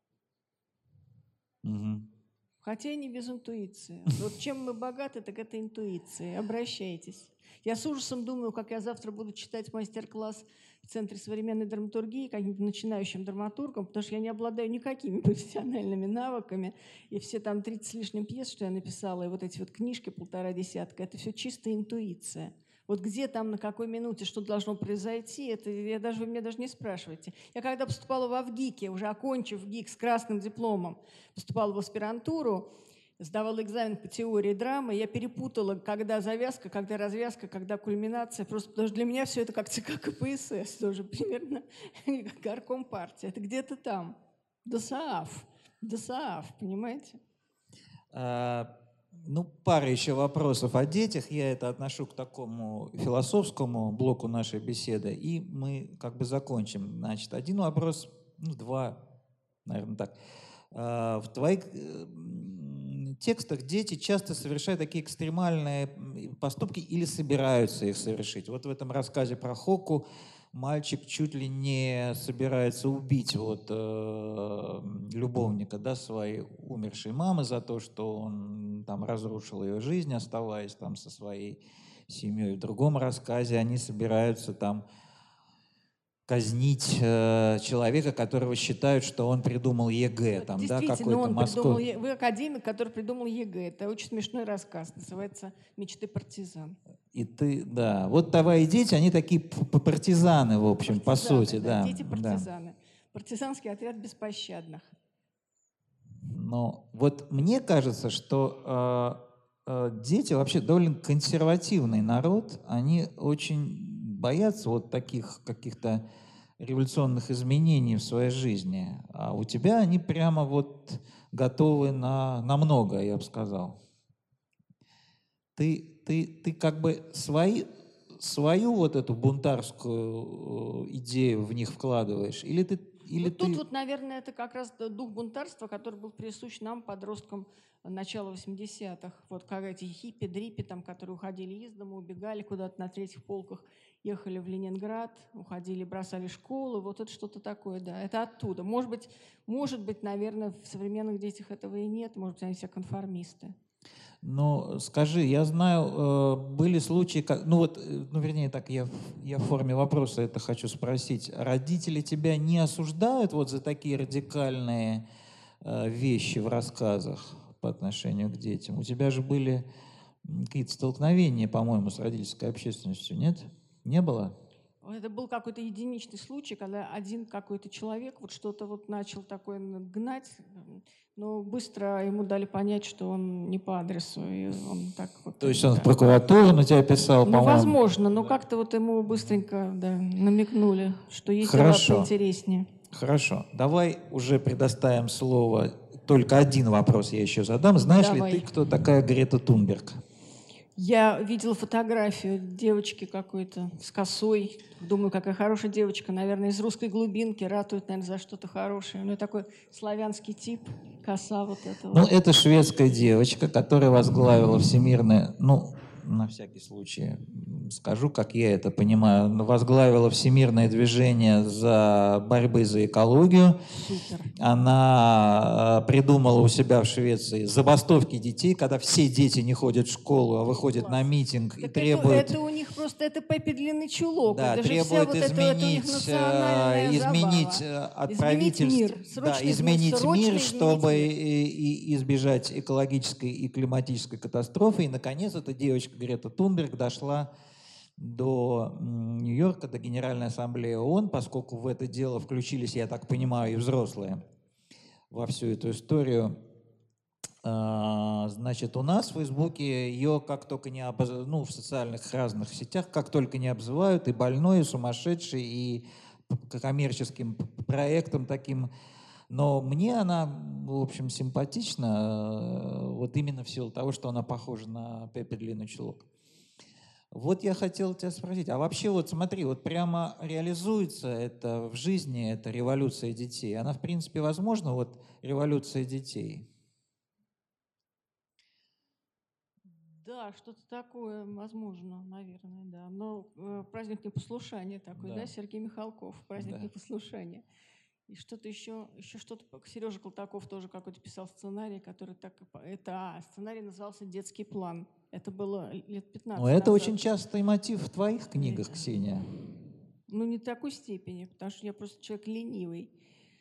Угу. Хотя и не без интуиции. Вот чем мы богаты, так это интуиция. Обращайтесь. Я с ужасом думаю, как я завтра буду читать мастер-класс в Центре современной драматургии каким-то начинающим драматургом, потому что я не обладаю никакими профессиональными навыками. И все там тридцать с лишним пьес, что я написала, и вот эти вот книжки, полтора десятка, это все чистая интуиция. Вот где там, на какой минуте, что должно произойти, это я даже, вы меня даже не спрашиваете. Я когда поступала во ВГИКе, уже окончив ВГИК с красным дипломом, поступала в аспирантуру, сдавала экзамен по теории драмы, я перепутала, когда завязка, когда развязка, когда кульминация. Просто потому что для меня все это как ЦК КПСС тоже примерно, как горком партии. Это где-то там. ДОСААФ. ДОСААФ, понимаете? А... Ну, пара еще вопросов о детях. Я это отношу к такому философскому блоку нашей беседы, и мы как бы закончим. Значит, один вопрос, ну, два, наверное, так. В твоих текстах дети часто совершают такие экстремальные поступки или собираются их совершить. Вот в этом рассказе про Хоку мальчик чуть ли не собирается убить вот, э, любовника, да, своей умершей мамы за то, что он там разрушил ее жизнь, оставаясь там со своей семьей. В другом рассказе они собираются там казнить э, человека, которого считают, что он придумал ЕГЭ. Там, да, действительно, он Москов... придумал, вы академик, который придумал ЕГЭ. Это очень смешной рассказ, называется «Мечты партизан». И ты, да, вот «Давай и дети», они такие партизаны, в общем, партизаны, по сути. Да, да, дети партизаны. Да. Партизанский отряд беспощадных. Но вот мне кажется, что э, э, дети вообще довольно консервативный народ, они очень боятся вот таких каких-то революционных изменений в своей жизни. А у тебя они прямо вот готовы на, на многое, я бы сказал. Ты, ты, ты как бы свои, свою вот эту бунтарскую идею в них вкладываешь? Или ты Или вот ты... Тут вот, наверное, это как раз дух бунтарства, который был присущ нам, подросткам начала восьмидесятых. Вот как эти хиппи, дриппи, там, которые уходили из дома, убегали куда-то на третьих полках, ехали в Ленинград, уходили, бросали школу. Вот это что-то такое, да. Это оттуда. Может быть, может быть, наверное, в современных детях этого и нет. Может быть, они все конформисты. Ну, скажи, я знаю, были случаи, как, ну вот, ну вернее так, я, я в форме вопроса это хочу спросить. Родители тебя не осуждают вот за такие радикальные вещи в рассказах по отношению к детям? У тебя же были какие-то столкновения, по-моему, с родительской общественностью, нет? Не было? Это был какой-то единичный случай, когда один какой-то человек вот что-то вот начал такое гнать, но быстро ему дали понять, что он не по адресу. И он так вот, То есть он да. в прокуратуру на тебя писал, ну, по-моему? Возможно, но как-то вот ему быстренько да, намекнули, что есть дела поинтереснее. Хорошо. Давай уже предоставим слово. Только один вопрос я еще задам. Знаешь Давай. ли ты, кто такая Грета Тунберг? Я видела фотографию девочки какой-то с косой. Думаю, какая хорошая девочка, наверное, из русской глубинки, ратует, наверное, за что-то хорошее. У нее такой славянский тип, коса вот эта Ну, вот. это шведская девочка, которая возглавила всемирное, ну, на всякий случай скажу, как я это понимаю, возглавила всемирное движение за борьбы за экологию. Супер. Она придумала у себя в Швеции забастовки детей, когда все дети не ходят в школу, а выходят Класс. на митинг Так и это, требуют... это у них просто, это Пеппи длинный чулок. Да, это же вся требует вот это, это у них изменить, национальная э, изменить забава. э, от Изменить правительств, мир. да, Срочно изменить срочно мир, изменить чтобы мир. и- и избежать экологической и климатической катастрофы. И, наконец, эта девочка Грета Тунберг дошла до м, Нью-Йорка, до Генеральной Ассамблеи ООН, поскольку в это дело включились, я так понимаю, и взрослые во всю эту историю. А, Значит, у нас в Фейсбуке ее как только не обоз... ну, в социальных разных сетях, как только не обзывают, и больной, и сумасшедший, и п- коммерческим п- проектом таким. Но мне она, в общем, симпатична, э, вот именно в силу того, что она похожа на Пеппи Длинный чулок. Вот я хотел тебя спросить, а вообще вот смотри, вот прямо реализуется это в жизни, эта революция детей? Она, в принципе, возможна, вот революция детей? Да, что-то такое, возможно, наверное, да. Но э, праздник непослушания такой, да, Да. Сергей Михалков, праздник Да. непослушания. И что-то еще, еще что-то, Сережа Колтаков тоже какой-то писал сценарий, который так, это, а, сценарий назывался «Детский план». Это было лет пятнадцать Но это назад. очень частый мотив в твоих книгах, Ксения. Ну, не в такой степени, потому что я просто человек ленивый.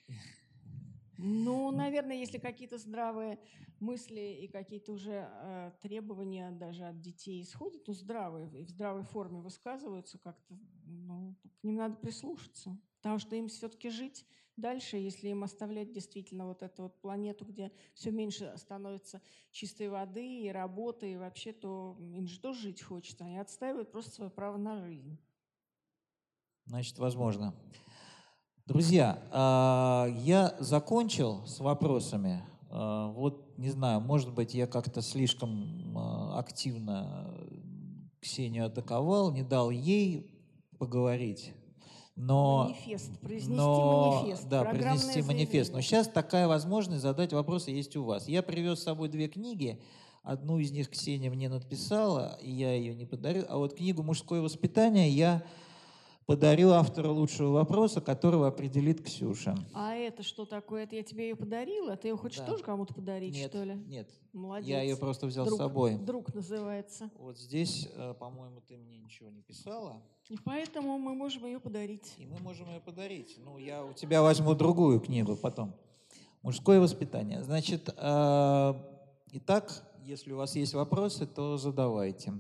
Ну, наверное, если какие-то здравые мысли и какие-то уже э, требования даже от детей исходят, то здравые, и в здравой форме высказываются как-то, ну, к ним надо прислушаться. Потому что им все-таки жить дальше, если им оставлять действительно вот эту вот планету, где все меньше становится чистой воды и работы, и вообще, то им же тоже жить хочется. Они отстаивают просто свое право на жизнь. Значит, возможно. Друзья, а, я закончил с вопросами. А, Вот, не знаю, может быть, я как-то слишком а, активно Ксению атаковал, не дал ей поговорить. Но, Манифест, произнести но, манифест, да, программное произнести манифест. Но заявление. сейчас такая возможность задать вопросы есть у вас. Я привез с собой две книги. Одну из них Ксения мне написала, и я ее не подарю. А вот книгу «Мужское воспитание» я подарю автору лучшего вопроса, которого определит Ксюша. А это что такое? Это я тебе ее подарила? Ты ее хочешь Да. тоже кому-то подарить, Нет, что ли? нет. Молодец. Я ее просто взял друг, с собой. Друг называется. Вот здесь, э, по-моему, ты мне ничего не писала. И поэтому мы можем ее подарить. И мы можем ее подарить. Ну, я у тебя возьму другую книгу потом. «Мужское воспитание». Значит, э, итак, если у вас есть вопросы, то задавайте.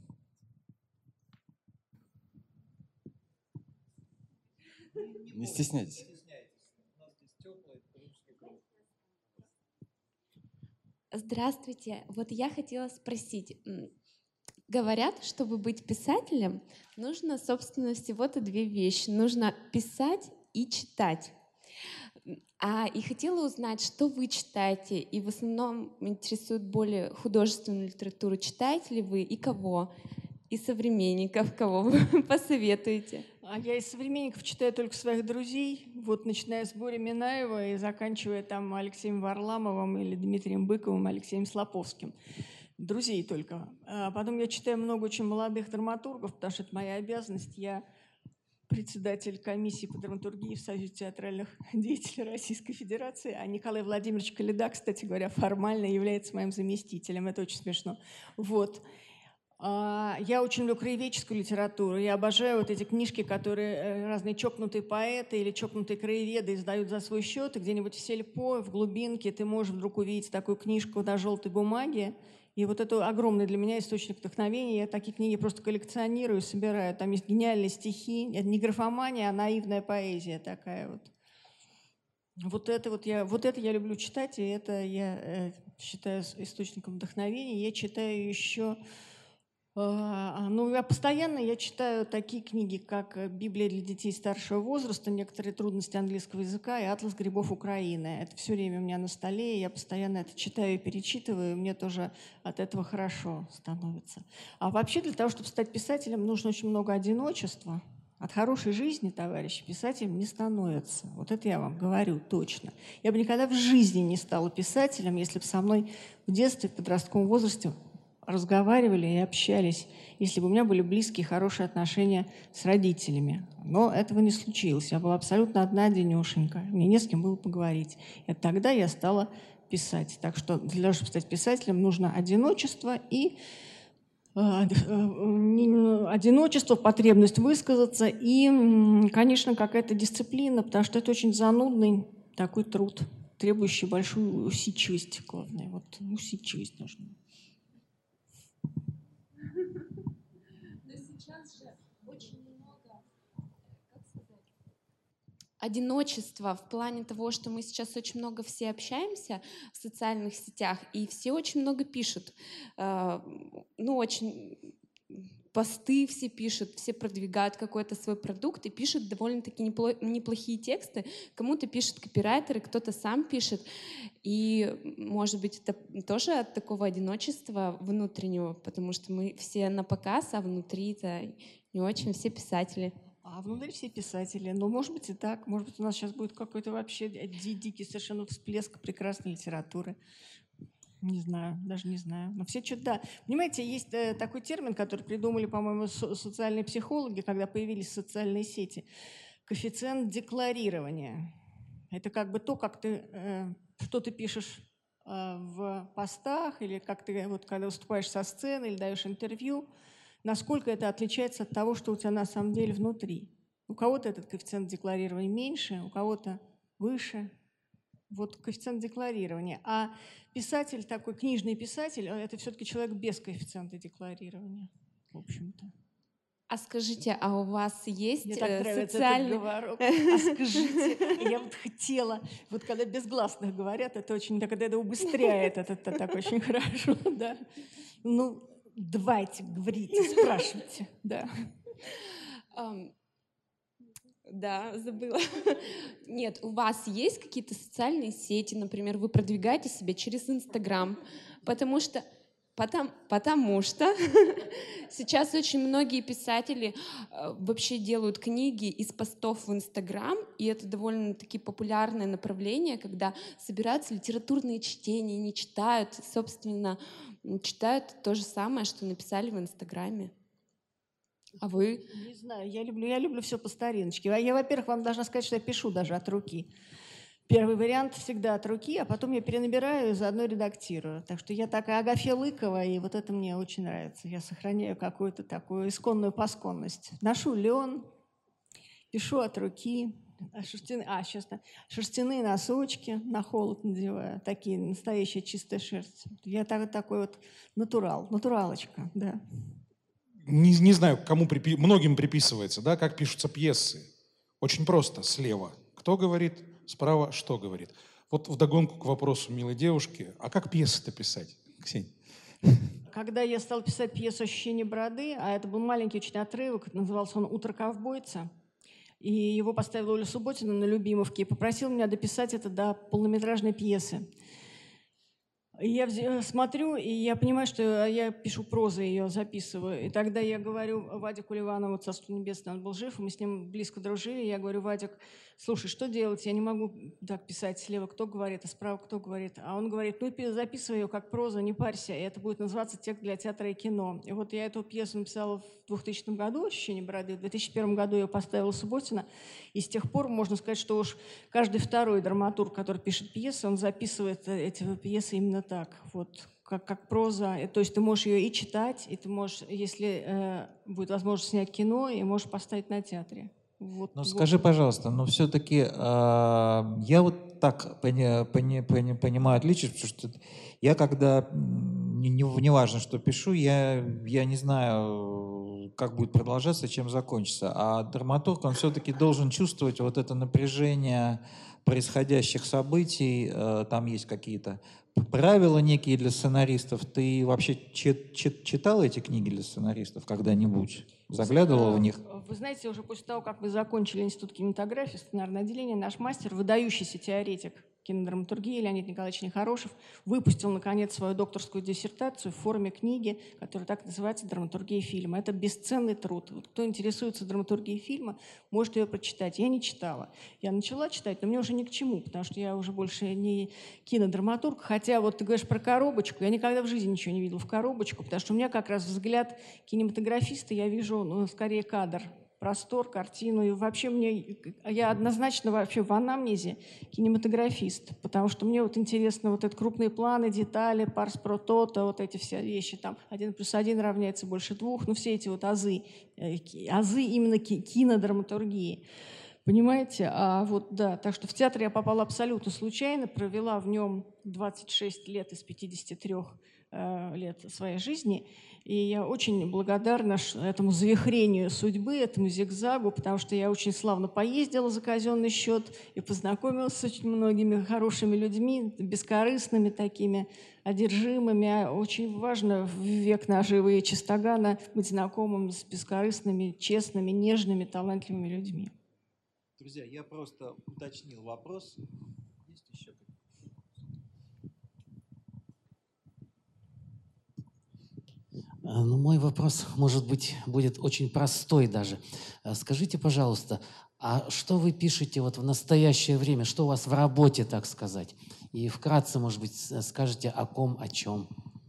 Не стесняйтесь. Здравствуйте. Вот я хотела спросить. Говорят, чтобы быть писателем, нужно, собственно, всего-то две вещи. Нужно писать и читать. А, и хотела узнать, что вы читаете, и в основном интересует более художественную литературу. Читаете ли вы и кого? И современников, кого вы посоветуете? А я из современников читаю только своих друзей, вот начиная с Бори Минаева и заканчивая там Алексеем Варламовым или Дмитрием Быковым, Алексеем Слоповским. Друзей только. А потом я читаю много очень молодых драматургов, потому что это моя обязанность. Я председатель комиссии по драматургии в Союзе театральных деятелей Российской Федерации, а Николай Владимирович Коляда, кстати говоря, формально является моим заместителем. Это очень смешно. Вот. Я очень люблю краеведческую литературу. Я обожаю вот эти книжки, которые разные чокнутые поэты или чокнутые краеведы издают за свой счет. И где-нибудь в сельпо, в глубинке ты можешь вдруг увидеть такую книжку на желтой бумаге. И вот это огромный для меня источник вдохновения. Я такие книги просто коллекционирую, собираю. Там есть гениальные стихи. Это не графомания, а наивная поэзия такая вот. Вот это вот я, вот это я люблю читать, и это я э, считаю источником вдохновения. Я читаю еще А, Ну, я постоянно я читаю такие книги, как э, «Библия для детей старшего возраста», «Некоторые трудности английского языка» и «Атлас грибов Украины». Это все время у меня на столе, и я постоянно это читаю и перечитываю, и мне тоже от этого хорошо становится. А вообще для того, чтобы стать писателем, нужно очень много одиночества. От хорошей жизни, товарищи, писателем не становится. Вот это я вам говорю точно. Я бы никогда в жизни не стала писателем, если бы со мной в детстве, в подростковом возрасте разговаривали и общались, если бы у меня были близкие, хорошие отношения с родителями. Но этого не случилось. Я была абсолютно одна-одинешенька. Мне не с кем было поговорить. И тогда я стала писать. Так что для того, чтобы стать писателем, нужно одиночество и э, э, одиночество, потребность высказаться и, конечно, какая-то дисциплина, потому что это очень занудный такой труд, требующий большую усидчивость. Главное, вот усидчивость нужна. Одиночество в плане того, что мы сейчас очень много все общаемся в социальных сетях, и все очень много пишут. Э, Ну, очень посты все пишут, все продвигают какой-то свой продукт и пишут довольно-таки непло- неплохие тексты. Кому-то пишут копирайтеры, кто-то сам пишет. И, может быть, это тоже от такого одиночества внутреннего, потому что мы все на показ, а внутри-то не очень все писатели. А внутри все писатели. Ну, может быть, и так. Может быть, у нас сейчас будет какой-то вообще ди- дикий совершенно всплеск прекрасной литературы. Не знаю, даже не знаю. Но все что-то, да. Понимаете, есть э, такой термин, который придумали, по-моему, со- социальные психологи, когда появились социальные сети. Коэффициент декларирования. Это как бы то, как ты, э, что ты пишешь э, в постах, или как ты, вот, когда выступаешь со сцены, или даешь интервью, насколько это отличается от того, что у тебя на самом деле внутри. У кого-то этот коэффициент декларирования меньше, у кого-то выше. Вот коэффициент декларирования. А писатель, такой книжный писатель, это все-таки человек без коэффициента декларирования, в общем-то. А скажите, а у вас есть Мне так э, нравится социальный... этот говорок. А скажите, я вот хотела, вот когда безгласных говорят, это очень, когда это убыстряет, это, это так очень хорошо, да. Ну, давайте, говорите, спрашивайте, да. Ам, Да, забыла. Нет, у вас есть какие-то социальные сети, например, вы продвигаете себя через Инстаграм, потому что Потому, потому что сейчас очень многие писатели э, вообще делают книги из постов в Инстаграм, и это довольно-таки популярное направление, когда собираются литературные чтения, не читают, собственно, м, читают то же самое, что написали в Инстаграме. А вы? Не знаю, я люблю, я люблю все по стариночке. А я, во-первых, вам должна сказать, что я пишу даже от руки. Первый вариант всегда от руки, а потом я перенабираю и заодно редактирую. Так что я такая Агафья Лыкова, и вот это мне очень нравится. Я сохраняю какую-то такую исконную пасконность. Ношу лен, пишу от руки. А, шерстяные, а, сейчас, да, шерстяные носочки на холод надеваю. Такие, настоящая чистая шерсть. Я так, такой вот натурал, натуралочка, да. Не, не знаю, кому припи- многим приписывается, да, как пишутся пьесы. Очень просто, слева. Кто говорит, справа что говорит. Вот вдогонку к вопросу милой девушки, а как пьесы-то писать, Ксения? Когда я стала писать пьесу «Ощущение бороды», а это был маленький очень отрывок, назывался он «Утро ковбойца», и его поставила Оля Субботина на Любимовке и попросила меня дописать это до полнометражной пьесы. И я вз- смотрю, и я понимаю, что я пишу прозу, ее записываю. И тогда я говорю Вадику Ливанову, Царство Небесное, он был жив, и мы с ним близко дружили. Я говорю: Вадик, слушай, что делать? Я не могу так писать слева, кто говорит, а справа кто говорит. А он говорит: ну, пи- записывай ее как проза, не парься, и это будет называться «Текст для театра и кино». И вот я эту пьесу написала в двухтысячном году, «Ощущение бороды», в две тысячи первом году ее поставила Субботина, и с тех пор можно сказать, что уж каждый второй драматург, который пишет пьесы, он записывает эти пьесы именно так, вот, как, как проза. И, то есть ты можешь ее и читать, и ты можешь, если э, будет возможность снять кино, и можешь поставить на театре. Вот, Ну вот. скажи, пожалуйста, но все-таки я вот так пони- пони- пони- понимаю отличие, потому что я когда, м, не, не, не важно, что пишу, я, я не знаю, как будет продолжаться, чем закончится. А драматург, он все-таки должен чувствовать вот это напряжение происходящих событий. Там есть какие-то правила некие для сценаристов. Ты вообще чит, чит, читал эти книги для сценаристов когда-нибудь? Заглядывала в них? Вы знаете, уже после того, как мы закончили Институт кинематографии, сценарное отделение, наш мастер, выдающийся теоретик кинодраматургии Леонид Николаевич Нехорошев выпустил, наконец, свою докторскую диссертацию в форме книги, которая так называется «Драматургия фильма». Это бесценный труд. Вот кто интересуется драматургией фильма, может ее прочитать. Я не читала. Я начала читать, но мне уже ни к чему, потому что я уже больше не кинодраматург. Хотя вот ты говоришь про коробочку. Я никогда в жизни ничего не видела в коробочку, потому что у меня как раз взгляд кинематографиста, я вижу, ну, скорее кадр, простор, картину. И вообще мне, я однозначно вообще в анамнезе кинематографист, потому что мне вот интересно вот эти крупные планы, детали, парс про то-то, вот эти все вещи, там один плюс один равняется больше двух, ну все эти вот азы, азы именно кинодраматургии. Понимаете? А вот да, так что в театр я попала абсолютно случайно, провела в нем двадцать шесть лет из пятидесяти трёх э, лет своей жизни. И я очень благодарна этому завихрению судьбы, этому зигзагу, потому что я очень славно поездила за казенный счет и познакомилась с очень многими хорошими людьми, бескорыстными такими, одержимыми. Очень важно в век наживы и чистогана быть знакомым с бескорыстными, честными, нежными, талантливыми людьми. Друзья, я просто уточнил вопрос. Есть еще какие-то? Ну, мой вопрос, может быть, будет очень простой даже. Скажите, пожалуйста, а что вы пишете вот в настоящее время? Что у вас в работе, так сказать? И вкратце, может быть, скажете о ком, о чем?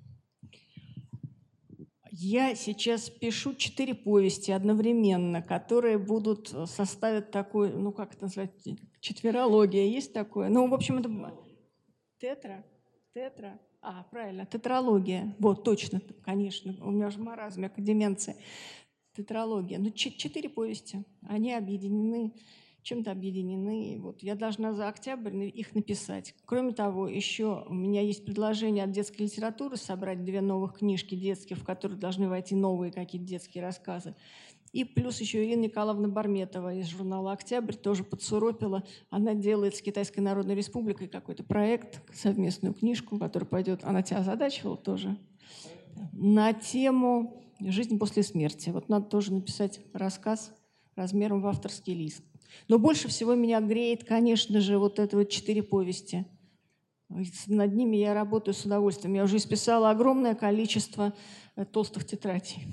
Я сейчас пишу четыре повести одновременно, которые будут составить такой, ну как это назвать, четверология, есть такое? Ну, в общем, это тетра, тетра, а, правильно, тетралогия. Вот, точно, конечно, у меня же маразм, деменция. Тетралогия. Ну, четыре повести, они объединены, чем-то объединены. Вот, я должна за октябрь их написать. Кроме того, еще у меня есть предложение от детской литературы собрать две новых книжки детских, в которые должны войти новые какие-то детские рассказы. И плюс еще Ирина Николаевна Барметова из журнала «Октябрь» тоже подсуропила. Она делает с Китайской Народной Республикой какой-то проект, совместную книжку, которая пойдет, она тебя озадачивала тоже, на тему «Жизнь после смерти». Вот надо тоже написать рассказ размером в авторский лист. Но больше всего меня греет, конечно же, вот это вот четыре повести. Над ними я работаю с удовольствием. Я уже исписала огромное количество толстых тетрадей.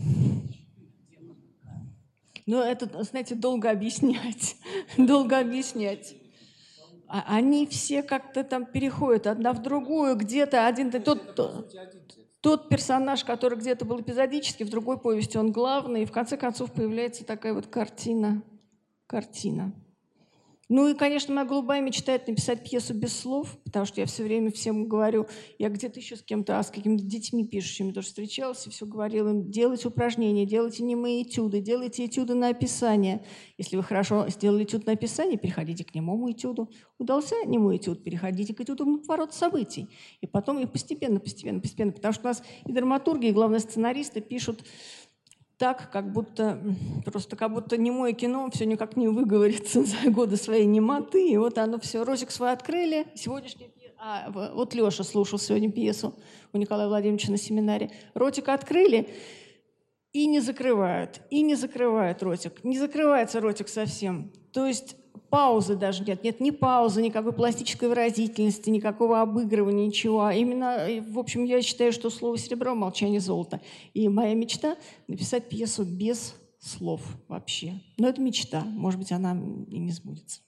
Но это, знаете, долго объяснять. Долго объяснять. А они все как-то там переходят одна в другую. Где-то один... Тот, тот, тот персонаж, который где-то был эпизодический, в другой повести он главный. И в конце концов появляется такая вот картина. Картина. Ну и, конечно, моя голубая мечта — это написать пьесу без слов, потому что я все время всем говорю, я где-то еще с кем-то, а с какими-то детьми пишущими тоже встречалась, и все говорила им: делайте упражнения, делайте немые этюды, делайте этюды на описание. Если вы хорошо сделали этюд на описание, переходите к немому этюду. Удался немой этюд, переходите к этюду на поворот событий. И потом и постепенно, постепенно, постепенно. Потому что у нас и драматурги, и, главное, сценаристы пишут так, как будто, просто как будто немое кино все никак не выговорится за годы своей немоты. И вот оно все, ротик свой открыли. Сегодняшний, а, вот Леша слушал сегодня пьесу у Николая Владимировича на семинаре. Ротик открыли и не закрывают, и не закрывают ротик. Не закрывается ротик совсем. То есть паузы даже нет. Нет ни паузы, никакой пластической выразительности, никакого обыгрывания, ничего. А именно, в общем, я считаю, что слово серебро, молчание золото. И моя мечта — написать пьесу без слов вообще. Но это мечта. Может быть, она и не сбудется.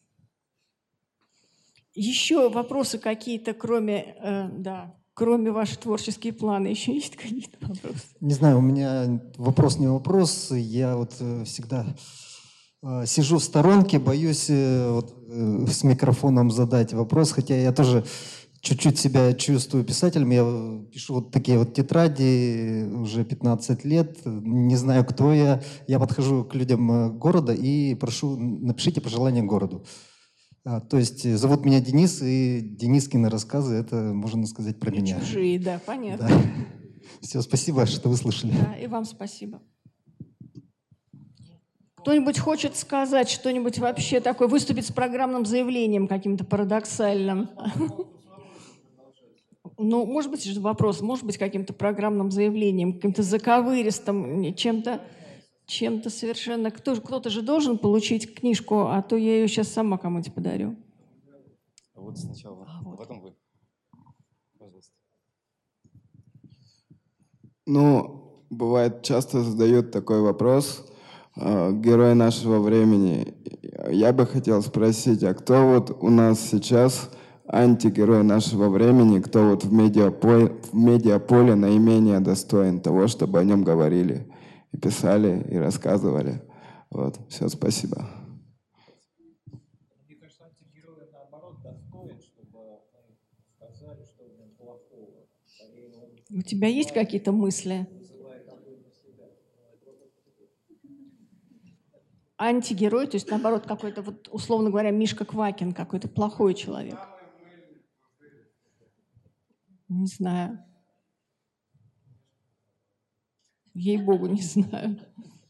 Еще вопросы какие-то, кроме, э, да, кроме ваших творческих планов, еще есть какие-то вопросы? Не знаю, у меня вопрос не вопрос. Я вот э, всегда... Сижу в сторонке, боюсь вот, с микрофоном задать вопрос, хотя я тоже чуть-чуть себя чувствую писателем. Я пишу вот такие вот тетради уже пятнадцать лет, не знаю, кто я. Я подхожу к людям города и прошу: напишите пожелания городу. То есть зовут меня Денис, и Денискины рассказы — это, можно сказать, про и меня. Чужие, да, понятно. Да. Все, спасибо, что вы слышали. Да, и вам спасибо. Кто-нибудь хочет сказать что-нибудь вообще такое, выступить с программным заявлением каким-то парадоксальным? Ну, может быть, же вопрос, может быть, каким-то программным заявлением, каким-то заковыристым, чем-то, чем-то совершенно... Кто, кто-то же должен получить книжку, а то я ее сейчас сама кому-нибудь подарю. Вот сначала, А, вот. потом вы. Пожалуйста. Ну, бывает, часто задают такой вопрос, э, герой нашего времени. Я бы хотел спросить, а кто вот у нас сейчас антигерой нашего времени, кто вот в медиаполе, в медиаполе наименее достоин того, чтобы о нем говорили, и писали, и рассказывали. Вот, все, спасибо. Мне кажется, антигерой, наоборот, достоин, чтобы мы сказали, что в нем плохого. У тебя есть какие-то мысли? Антигерой, то есть, наоборот, какой-то, вот, условно говоря, Мишка Квакин, какой-то плохой человек. Не знаю. Ей-богу, не знаю.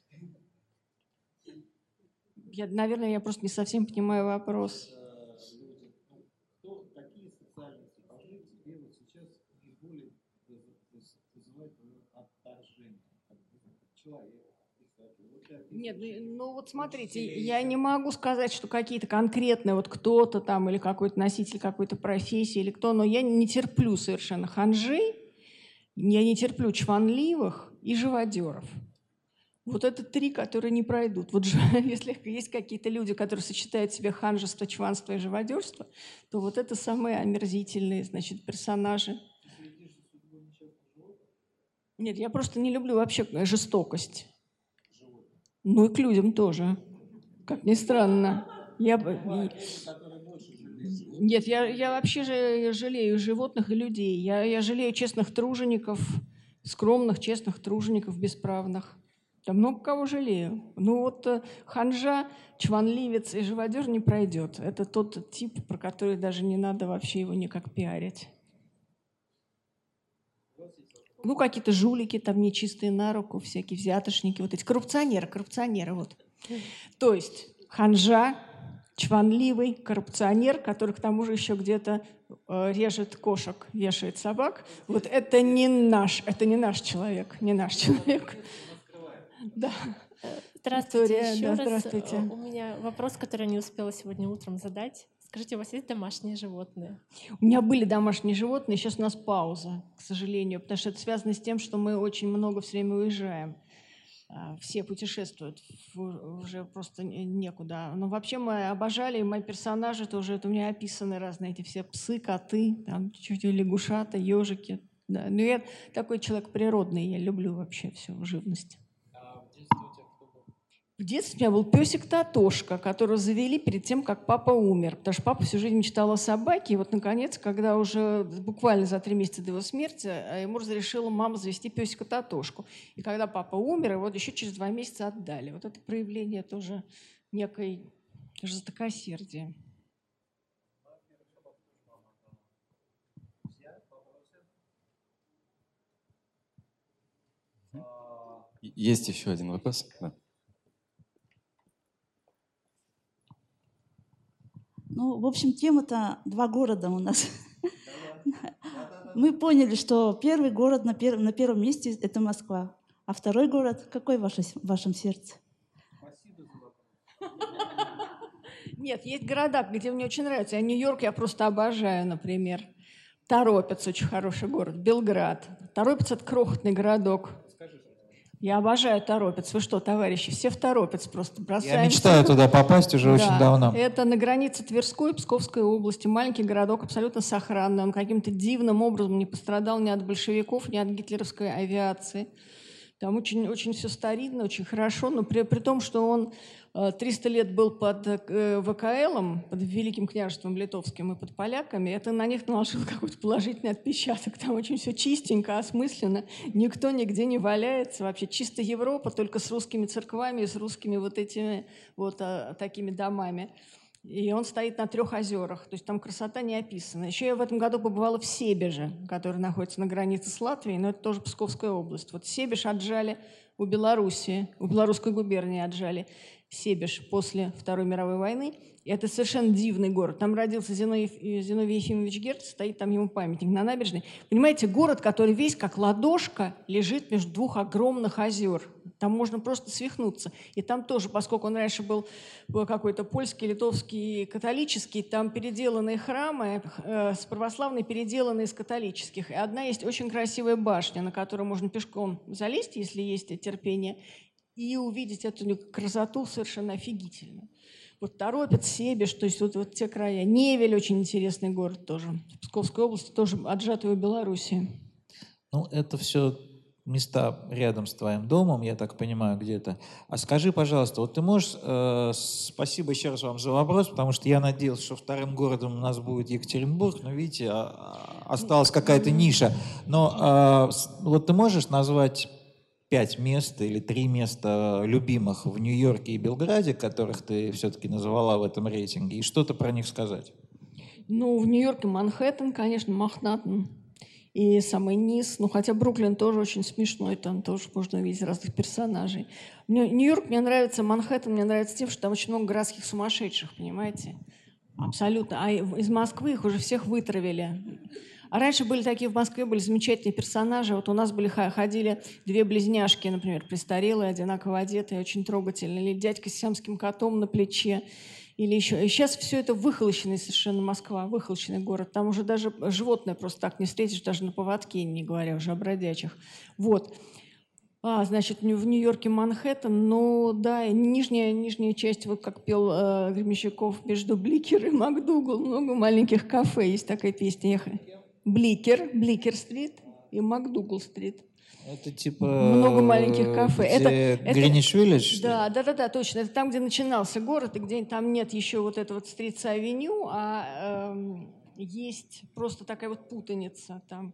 Я, наверное, я просто не совсем понимаю вопрос. Кто, какие социальные типажи тебе вот сейчас наиболее вызывают отторжение? Человек, писатель. Нет, ну, ну вот смотрите, я не могу сказать, что какие-то конкретные вот кто-то там или какой-то носитель какой-то профессии или кто, но я не терплю совершенно ханжей, я не терплю чванливых и живодеров. Вот это три, которые не пройдут. Вот же, если есть какие-то люди, которые сочетают в себе ханжество, чванство и живодерство, то вот это самые омерзительные, значит, персонажи. Нет, я просто не люблю вообще жестокость. Ну и к людям тоже, как ни странно. Я... Нет, я, я вообще же жалею животных и людей. Я, я жалею честных тружеников, скромных, честных тружеников, бесправных. Я много кого жалею. Ну вот ханжа, чванливец и живодер не пройдет. Это тот тип, про который даже не надо вообще его никак пиарить. Ну, какие-то жулики, там нечистые на руку, всякие взятошники, вот эти коррупционеры, коррупционеры, вот. То есть ханжа, чванливый коррупционер, который к тому же еще где-то э, режет кошек, вешает собак. Вот это не наш, это не наш человек, не наш человек. Да. Здравствуйте Виктория, еще да, раз. здравствуйте. У меня вопрос, который я не успела сегодня утром задать. Скажите, у вас есть домашние животные? У меня были домашние животные, сейчас у нас пауза, к сожалению, потому что это связано с тем, что мы очень много все время уезжаем. Все путешествуют, уже просто некуда. Но вообще мы обожали, мои персонажи тоже, это у меня описаны разные эти все псы, коты, там чуть-чуть лягушата, ежики. Да. Но я такой человек природный, я люблю вообще всю живность. В детстве у меня был песик Татошка, которого завели перед тем, как папа умер. Потому что папа всю жизнь мечтал о собаке. И вот, наконец, когда уже буквально за три месяца до его смерти, ему разрешила мама завести песика Татошку. И когда папа умер, его еще через два месяца отдали. Вот это проявление тоже некой жестокосердия. Есть еще один вопрос? Да. Ну, в общем, тема-то два города у нас. Мы поняли, что первый город на, пер... на первом месте – это Москва. А второй город какой в, ваше... в вашем сердце? Нет, есть города, где мне очень нравится. Я Нью-Йорк я просто обожаю, например. Торопец – очень хороший город. Белград. Торопец – это крохотный городок. Я обожаю Торопец. Вы что, товарищи, все в Торопец просто бросаемся. Я мечтаю туда попасть уже да, очень давно. Это на границе Тверской и Псковской области. Маленький городок, абсолютно сохранный. Он каким-то дивным образом не пострадал ни от большевиков, ни от гитлеровской авиации. Там очень, очень все старинно, очень хорошо, но при, при том, что он триста лет был под ВКЛом, под Великим княжеством Литовским и под поляками, это на них наложило какой-то положительный отпечаток. Там очень все чистенько, осмысленно, никто нигде не валяется. Вообще чисто Европа, только с русскими церквами и с русскими вот этими вот а, такими домами. И он стоит на трех озерах, то есть там красота не описана. Еще я в этом году побывала в Себеже, который находится на границе с Латвией, но это тоже Псковская область. Вот Себеж отжали у Белоруссии, у Белорусской губернии отжали. Себеж после Второй мировой войны. И это совершенно дивный город. Там родился Зиновий, Зиновий Ефимович Герц, стоит там ему памятник на набережной. Понимаете, город, который весь как ладошка лежит между двух огромных озер. Там можно просто свихнуться. И там тоже, поскольку он раньше был какой-то польский, литовский, католический, там переделанные храмы э, с православной, переделанные из католических. И одна есть очень красивая башня, на которую можно пешком залезть, если есть терпение, и увидеть эту красоту совершенно офигительно. Вот Торопец, Себеж, то есть вот, вот те края. Невель очень интересный город тоже. В Псковской области тоже отжатый у Белоруссии. Ну, это все места рядом с твоим домом, я так понимаю, где-то. А скажи, пожалуйста, вот ты можешь... Э, спасибо еще раз вам за вопрос, потому что я надеялся, что вторым городом у нас будет Екатеринбург, но, видите, а, осталась какая-то ниша. Но э, вот ты можешь назвать пять мест или три места любимых в Нью-Йорке и Белграде, которых ты все-таки назвала в этом рейтинге, и что-то про них сказать? Ну, в Нью-Йорке Манхэттен, конечно, Манхэттен и самый низ. Ну, хотя Бруклин тоже очень смешной, там тоже можно увидеть разных персонажей. Нью-Йорк мне нравится, Манхэттен мне нравится тем, что там очень много городских сумасшедших, понимаете? Абсолютно. А из Москвы их уже всех вытравили. А раньше были такие в Москве, были замечательные персонажи. Вот у нас были, ходили две близняшки, например, престарелые, одинаково одетые, очень трогательные. Или дядька с сиамским котом на плече. Или еще. И сейчас все это выхолощенный совершенно Москва, выхолощенный город. Там уже даже животное просто так не встретишь, даже на поводке, не говоря уже о бродячих. Вот. А, значит, в Нью-Йорке Манхэттен, ну да, нижняя, нижняя часть, вот как пел э, Гремещаков, между Бликер и МакДугал, много маленьких кафе, есть такая песня. Бликер, Бликер-стрит и МакДугал-стрит. Это типа... Много маленьких кафе. Это Гринвич-Виллидж? Да, да, да, да, точно. Это там, где начинался город, и где там нет еще вот этого вот Стритс-авеню, а э, есть просто такая вот путаница там.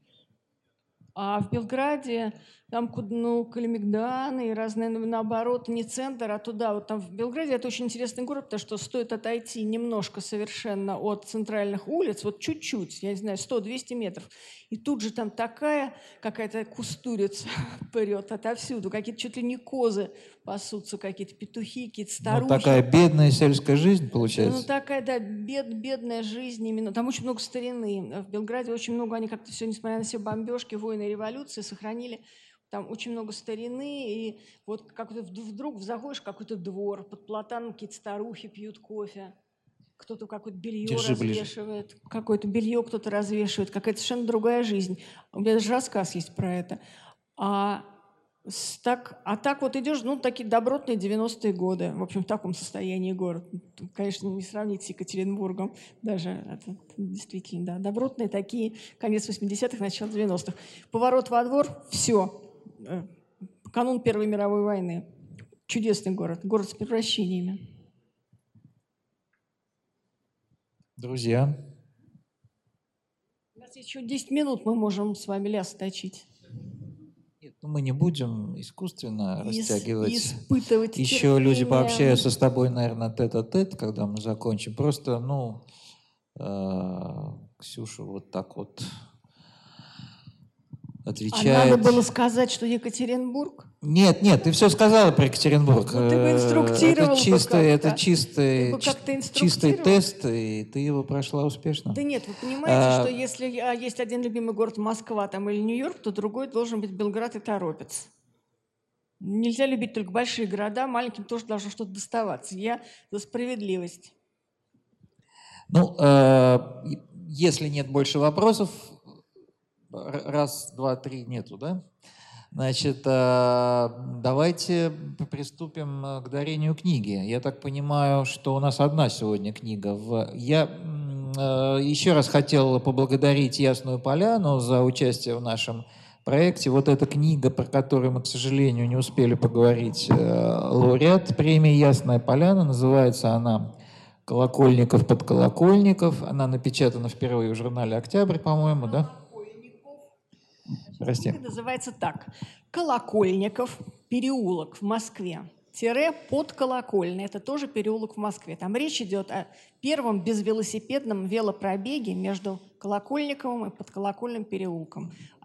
А в Белграде там, ну, Калимигдан и разные, наоборот, не центр, а туда. Вот там в Белграде это очень интересный город, потому что стоит отойти немножко совершенно от центральных улиц, вот чуть-чуть, я не знаю, сто-двести метров, и тут же там такая какая-то кустурица прет отовсюду, какие-то чуть ли не козы пасутся, какие-то петухи, какие-то старушки. Ну, такая бедная сельская жизнь, получается. Ну, такая, да, бед, бедная жизнь именно. Там очень много старины. В Белграде очень много, они как-то все, несмотря на все бомбежки, войны, революции, сохранили. Там очень много старины, и вот как-то вдруг заходишь в какой-то двор, под платаном какие-то старухи пьют кофе, кто-то какое-то белье Держи развешивает, ближе. Какое-то белье кто-то развешивает, какая-то совершенно другая жизнь. У меня даже рассказ есть про это. А так, а так вот идешь, ну, такие добротные девяностые годы, в общем, в таком состоянии город. Конечно, не сравнить с Екатеринбургом даже, это действительно, да, добротные такие, конец восьмидесятых, начало девяностых. Поворот во двор, все. Канун Первой мировой войны. Чудесный город, город с превращениями. Друзья. У нас есть еще десять минут, мы можем с вами ляс точить. Нет, ну мы не будем искусственно Ис- растягивать. Испытывать Еще терпение. люди пообщаются с тобой, наверное, тет-а-тет, когда мы закончим. Просто, ну, э, Ксюша вот так вот отвечает. А надо было сказать, что Екатеринбург? Нет, нет, ты все сказала про Екатеринбург. Ну, ты бы инструктировал это бы чистый, это как-то. чистый, Ты бы как-то чистый инструктировал. тест, и ты его прошла успешно. Да нет, вы понимаете, А, что если а, есть один любимый город Москва там, или Нью-Йорк, то другой должен быть Белград и Торопец. Нельзя любить только большие города, маленьким тоже должно что-то доставаться. Я за справедливость. Ну, э, если нет больше вопросов, р- раз, два, три нету, да? Значит, э, давайте приступим к дарению книги. Я так понимаю, что у нас одна сегодня книга. В... Я м, э, еще раз хотел поблагодарить Ясную Поляну за участие в нашем проекте. Вот эта книга, про которую мы, к сожалению, не успели поговорить, э, лауреат премии «Ясная Поляна». Называется она «Колокольников под колокольников». Она напечатана впервые в журнале «Октябрь», по-моему, да? Прости. Книга называется так. «Колокольников. Переулок в Москве. Тире под колокольной». Это тоже переулок в Москве. Там речь идет о первом безвелосипедном велопробеге между Колокольниковым и Подколокольным переулком.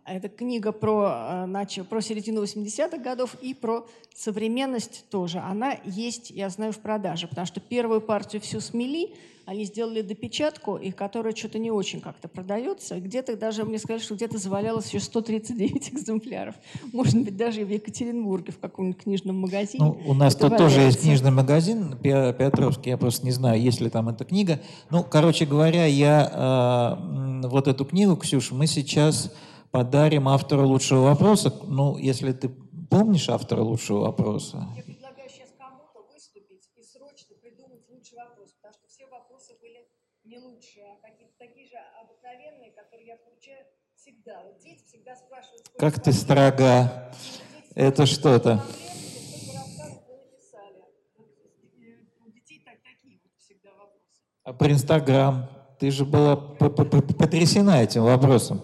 Это книга про, э, нач- про середину восьмидесятых годов и про современность тоже. Она есть, я знаю, в продаже, потому что первую партию всю смели, они сделали допечатку, и которая что-то не очень как-то продается. Где-то даже, мне сказали, что где-то завалялось еще сто тридцать девять экземпляров. Может быть, даже и в Екатеринбурге, в каком-нибудь книжном магазине. Ну, у нас это тут тоже есть валяется. книжный магазин Пе- Петровский, я просто не знаю, есть ли там эта книга. Ну, короче говоря, я э, м, вот эту книгу, Ксюша, мы сейчас подарим автору лучшего вопроса. Ну, если ты помнишь автора лучшего вопроса. Я предлагаю сейчас кому-то выступить и срочно придумать лучший вопрос, потому что все вопросы были не лучшие, а какие-то такие же обыкновенные, которые я получаю всегда. Вот дети всегда спрашивают, сколько Как ты проблем, строга. Это что-то. сколько рассказов вы написали. Вот, э, У детей так, такие вот всегда вопросы. А про Инстаграм? Ты же была п- п- п- потрясена этим вопросом.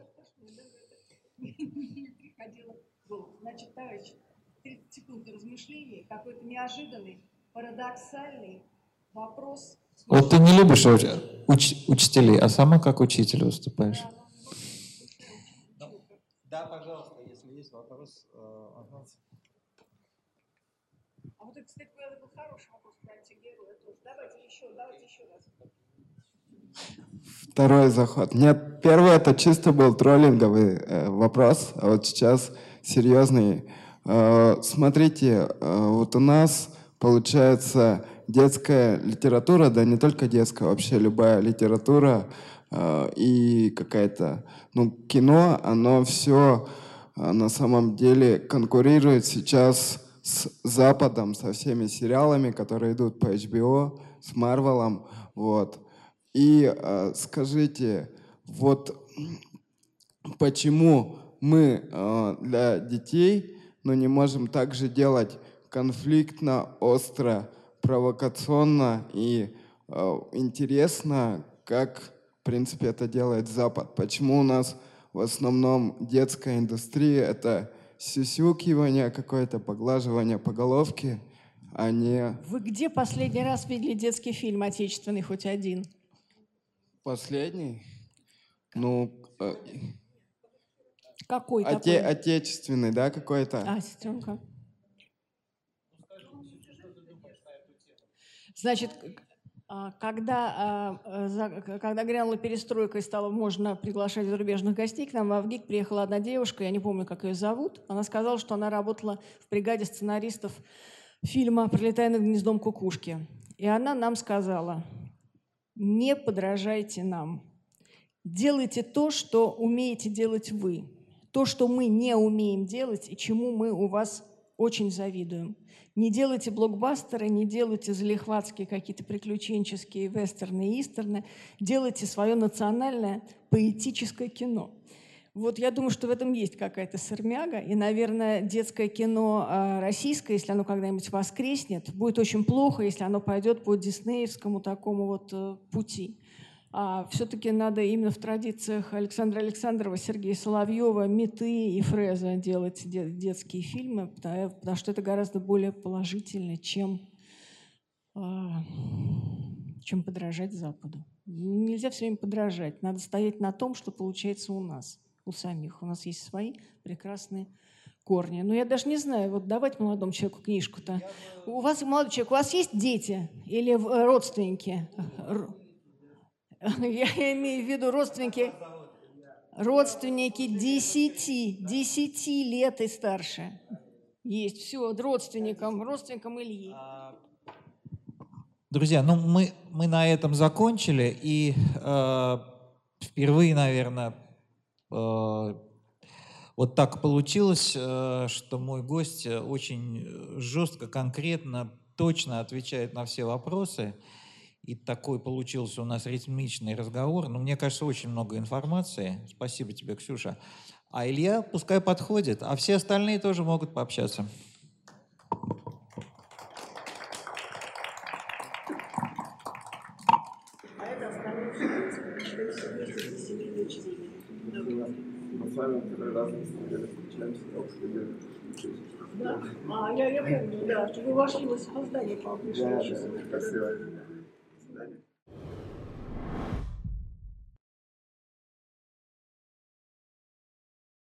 Приходила в голову. Значит, товарищ, тридцать секунд размышлений, какой-то неожиданный, парадоксальный вопрос. Вот ты не любишь уч- уч- учителей, а сама как учитель выступаешь. Да, пожалуйста, если есть вопрос. А вот это, кстати, это был хороший вопрос про антигероя тоже. Давайте еще, давайте еще раз. Второй заход. Нет, первый это чисто был троллинговый э, вопрос, а вот сейчас серьезный. Э, смотрите, э, вот у нас получается детская литература, да не только детская, вообще любая литература э, и какая-то, ну, кино, оно все э, на самом деле конкурирует сейчас с Западом, со всеми сериалами, которые идут по эйч би о, с Марвелом, вот. И э, скажите, вот почему мы э, для детей, ну, не можем также делать конфликтно, остро, провокационно и э, интересно, как, в принципе, это делает Запад? Почему у нас в основном детская индустрия — это сюсюкивание какое-то, поглаживание по головке, а не... Вы где последний раз видели детский фильм отечественный, хоть один? Последний? Ну, э, Какой оте- такой? отечественный, да, какой-то? А, сестренка. Значит, к- а, когда, а, а, за- когда грянула перестройка и стало можно приглашать зарубежных гостей, к нам в ВГИК приехала одна девушка, я не помню, как ее зовут. Она сказала, что она работала в бригаде сценаристов фильма «Пролетая над гнездом кукушки». И она нам сказала: не подражайте нам. Делайте то, что умеете делать вы. То, что мы не умеем делать и чему мы у вас очень завидуем. Не делайте блокбастеры, не делайте залихватские какие-то приключенческие вестерны и истерны. Делайте свое национальное поэтическое кино. Вот я думаю, что в этом есть какая-то сырмяга. И, наверное, детское кино э, российское, если оно когда-нибудь воскреснет, будет очень плохо, если оно пойдет по диснеевскому такому вот э, пути. А все-таки надо именно в традициях Александра Александрова, Сергея Соловьева, Меты и Фреза делать де- детские фильмы, потому, потому что это гораздо более положительно, чем, э, чем подражать Западу. Нельзя все время подражать. Надо стоять на том, что получается у нас, у самих. У нас есть свои прекрасные корни. Но я даже не знаю, вот давать молодому человеку книжку-то. У вас, молодой человек, у вас есть дети или э, родственники? Р- Я имею в виду родственники, родственники десяти, десяти лет и старше. Есть, все, родственникам, родственникам Ильи. Друзья, ну мы, мы на этом закончили, и э, впервые, наверное, э, вот так получилось, э, что мой гость очень жестко, конкретно, точно отвечает на все вопросы. И такой получился у нас ритмичный разговор. Но мне кажется, очень много информации. Спасибо тебе, Ксюша. А Илья пускай подходит, а все остальные тоже могут пообщаться. А это остальные вместе за семейное чтение. Мы с вами второй раз на самом деле встречаемся, Да? А, я, я помню, да, что вы вошли в создание по Да, да, красиво.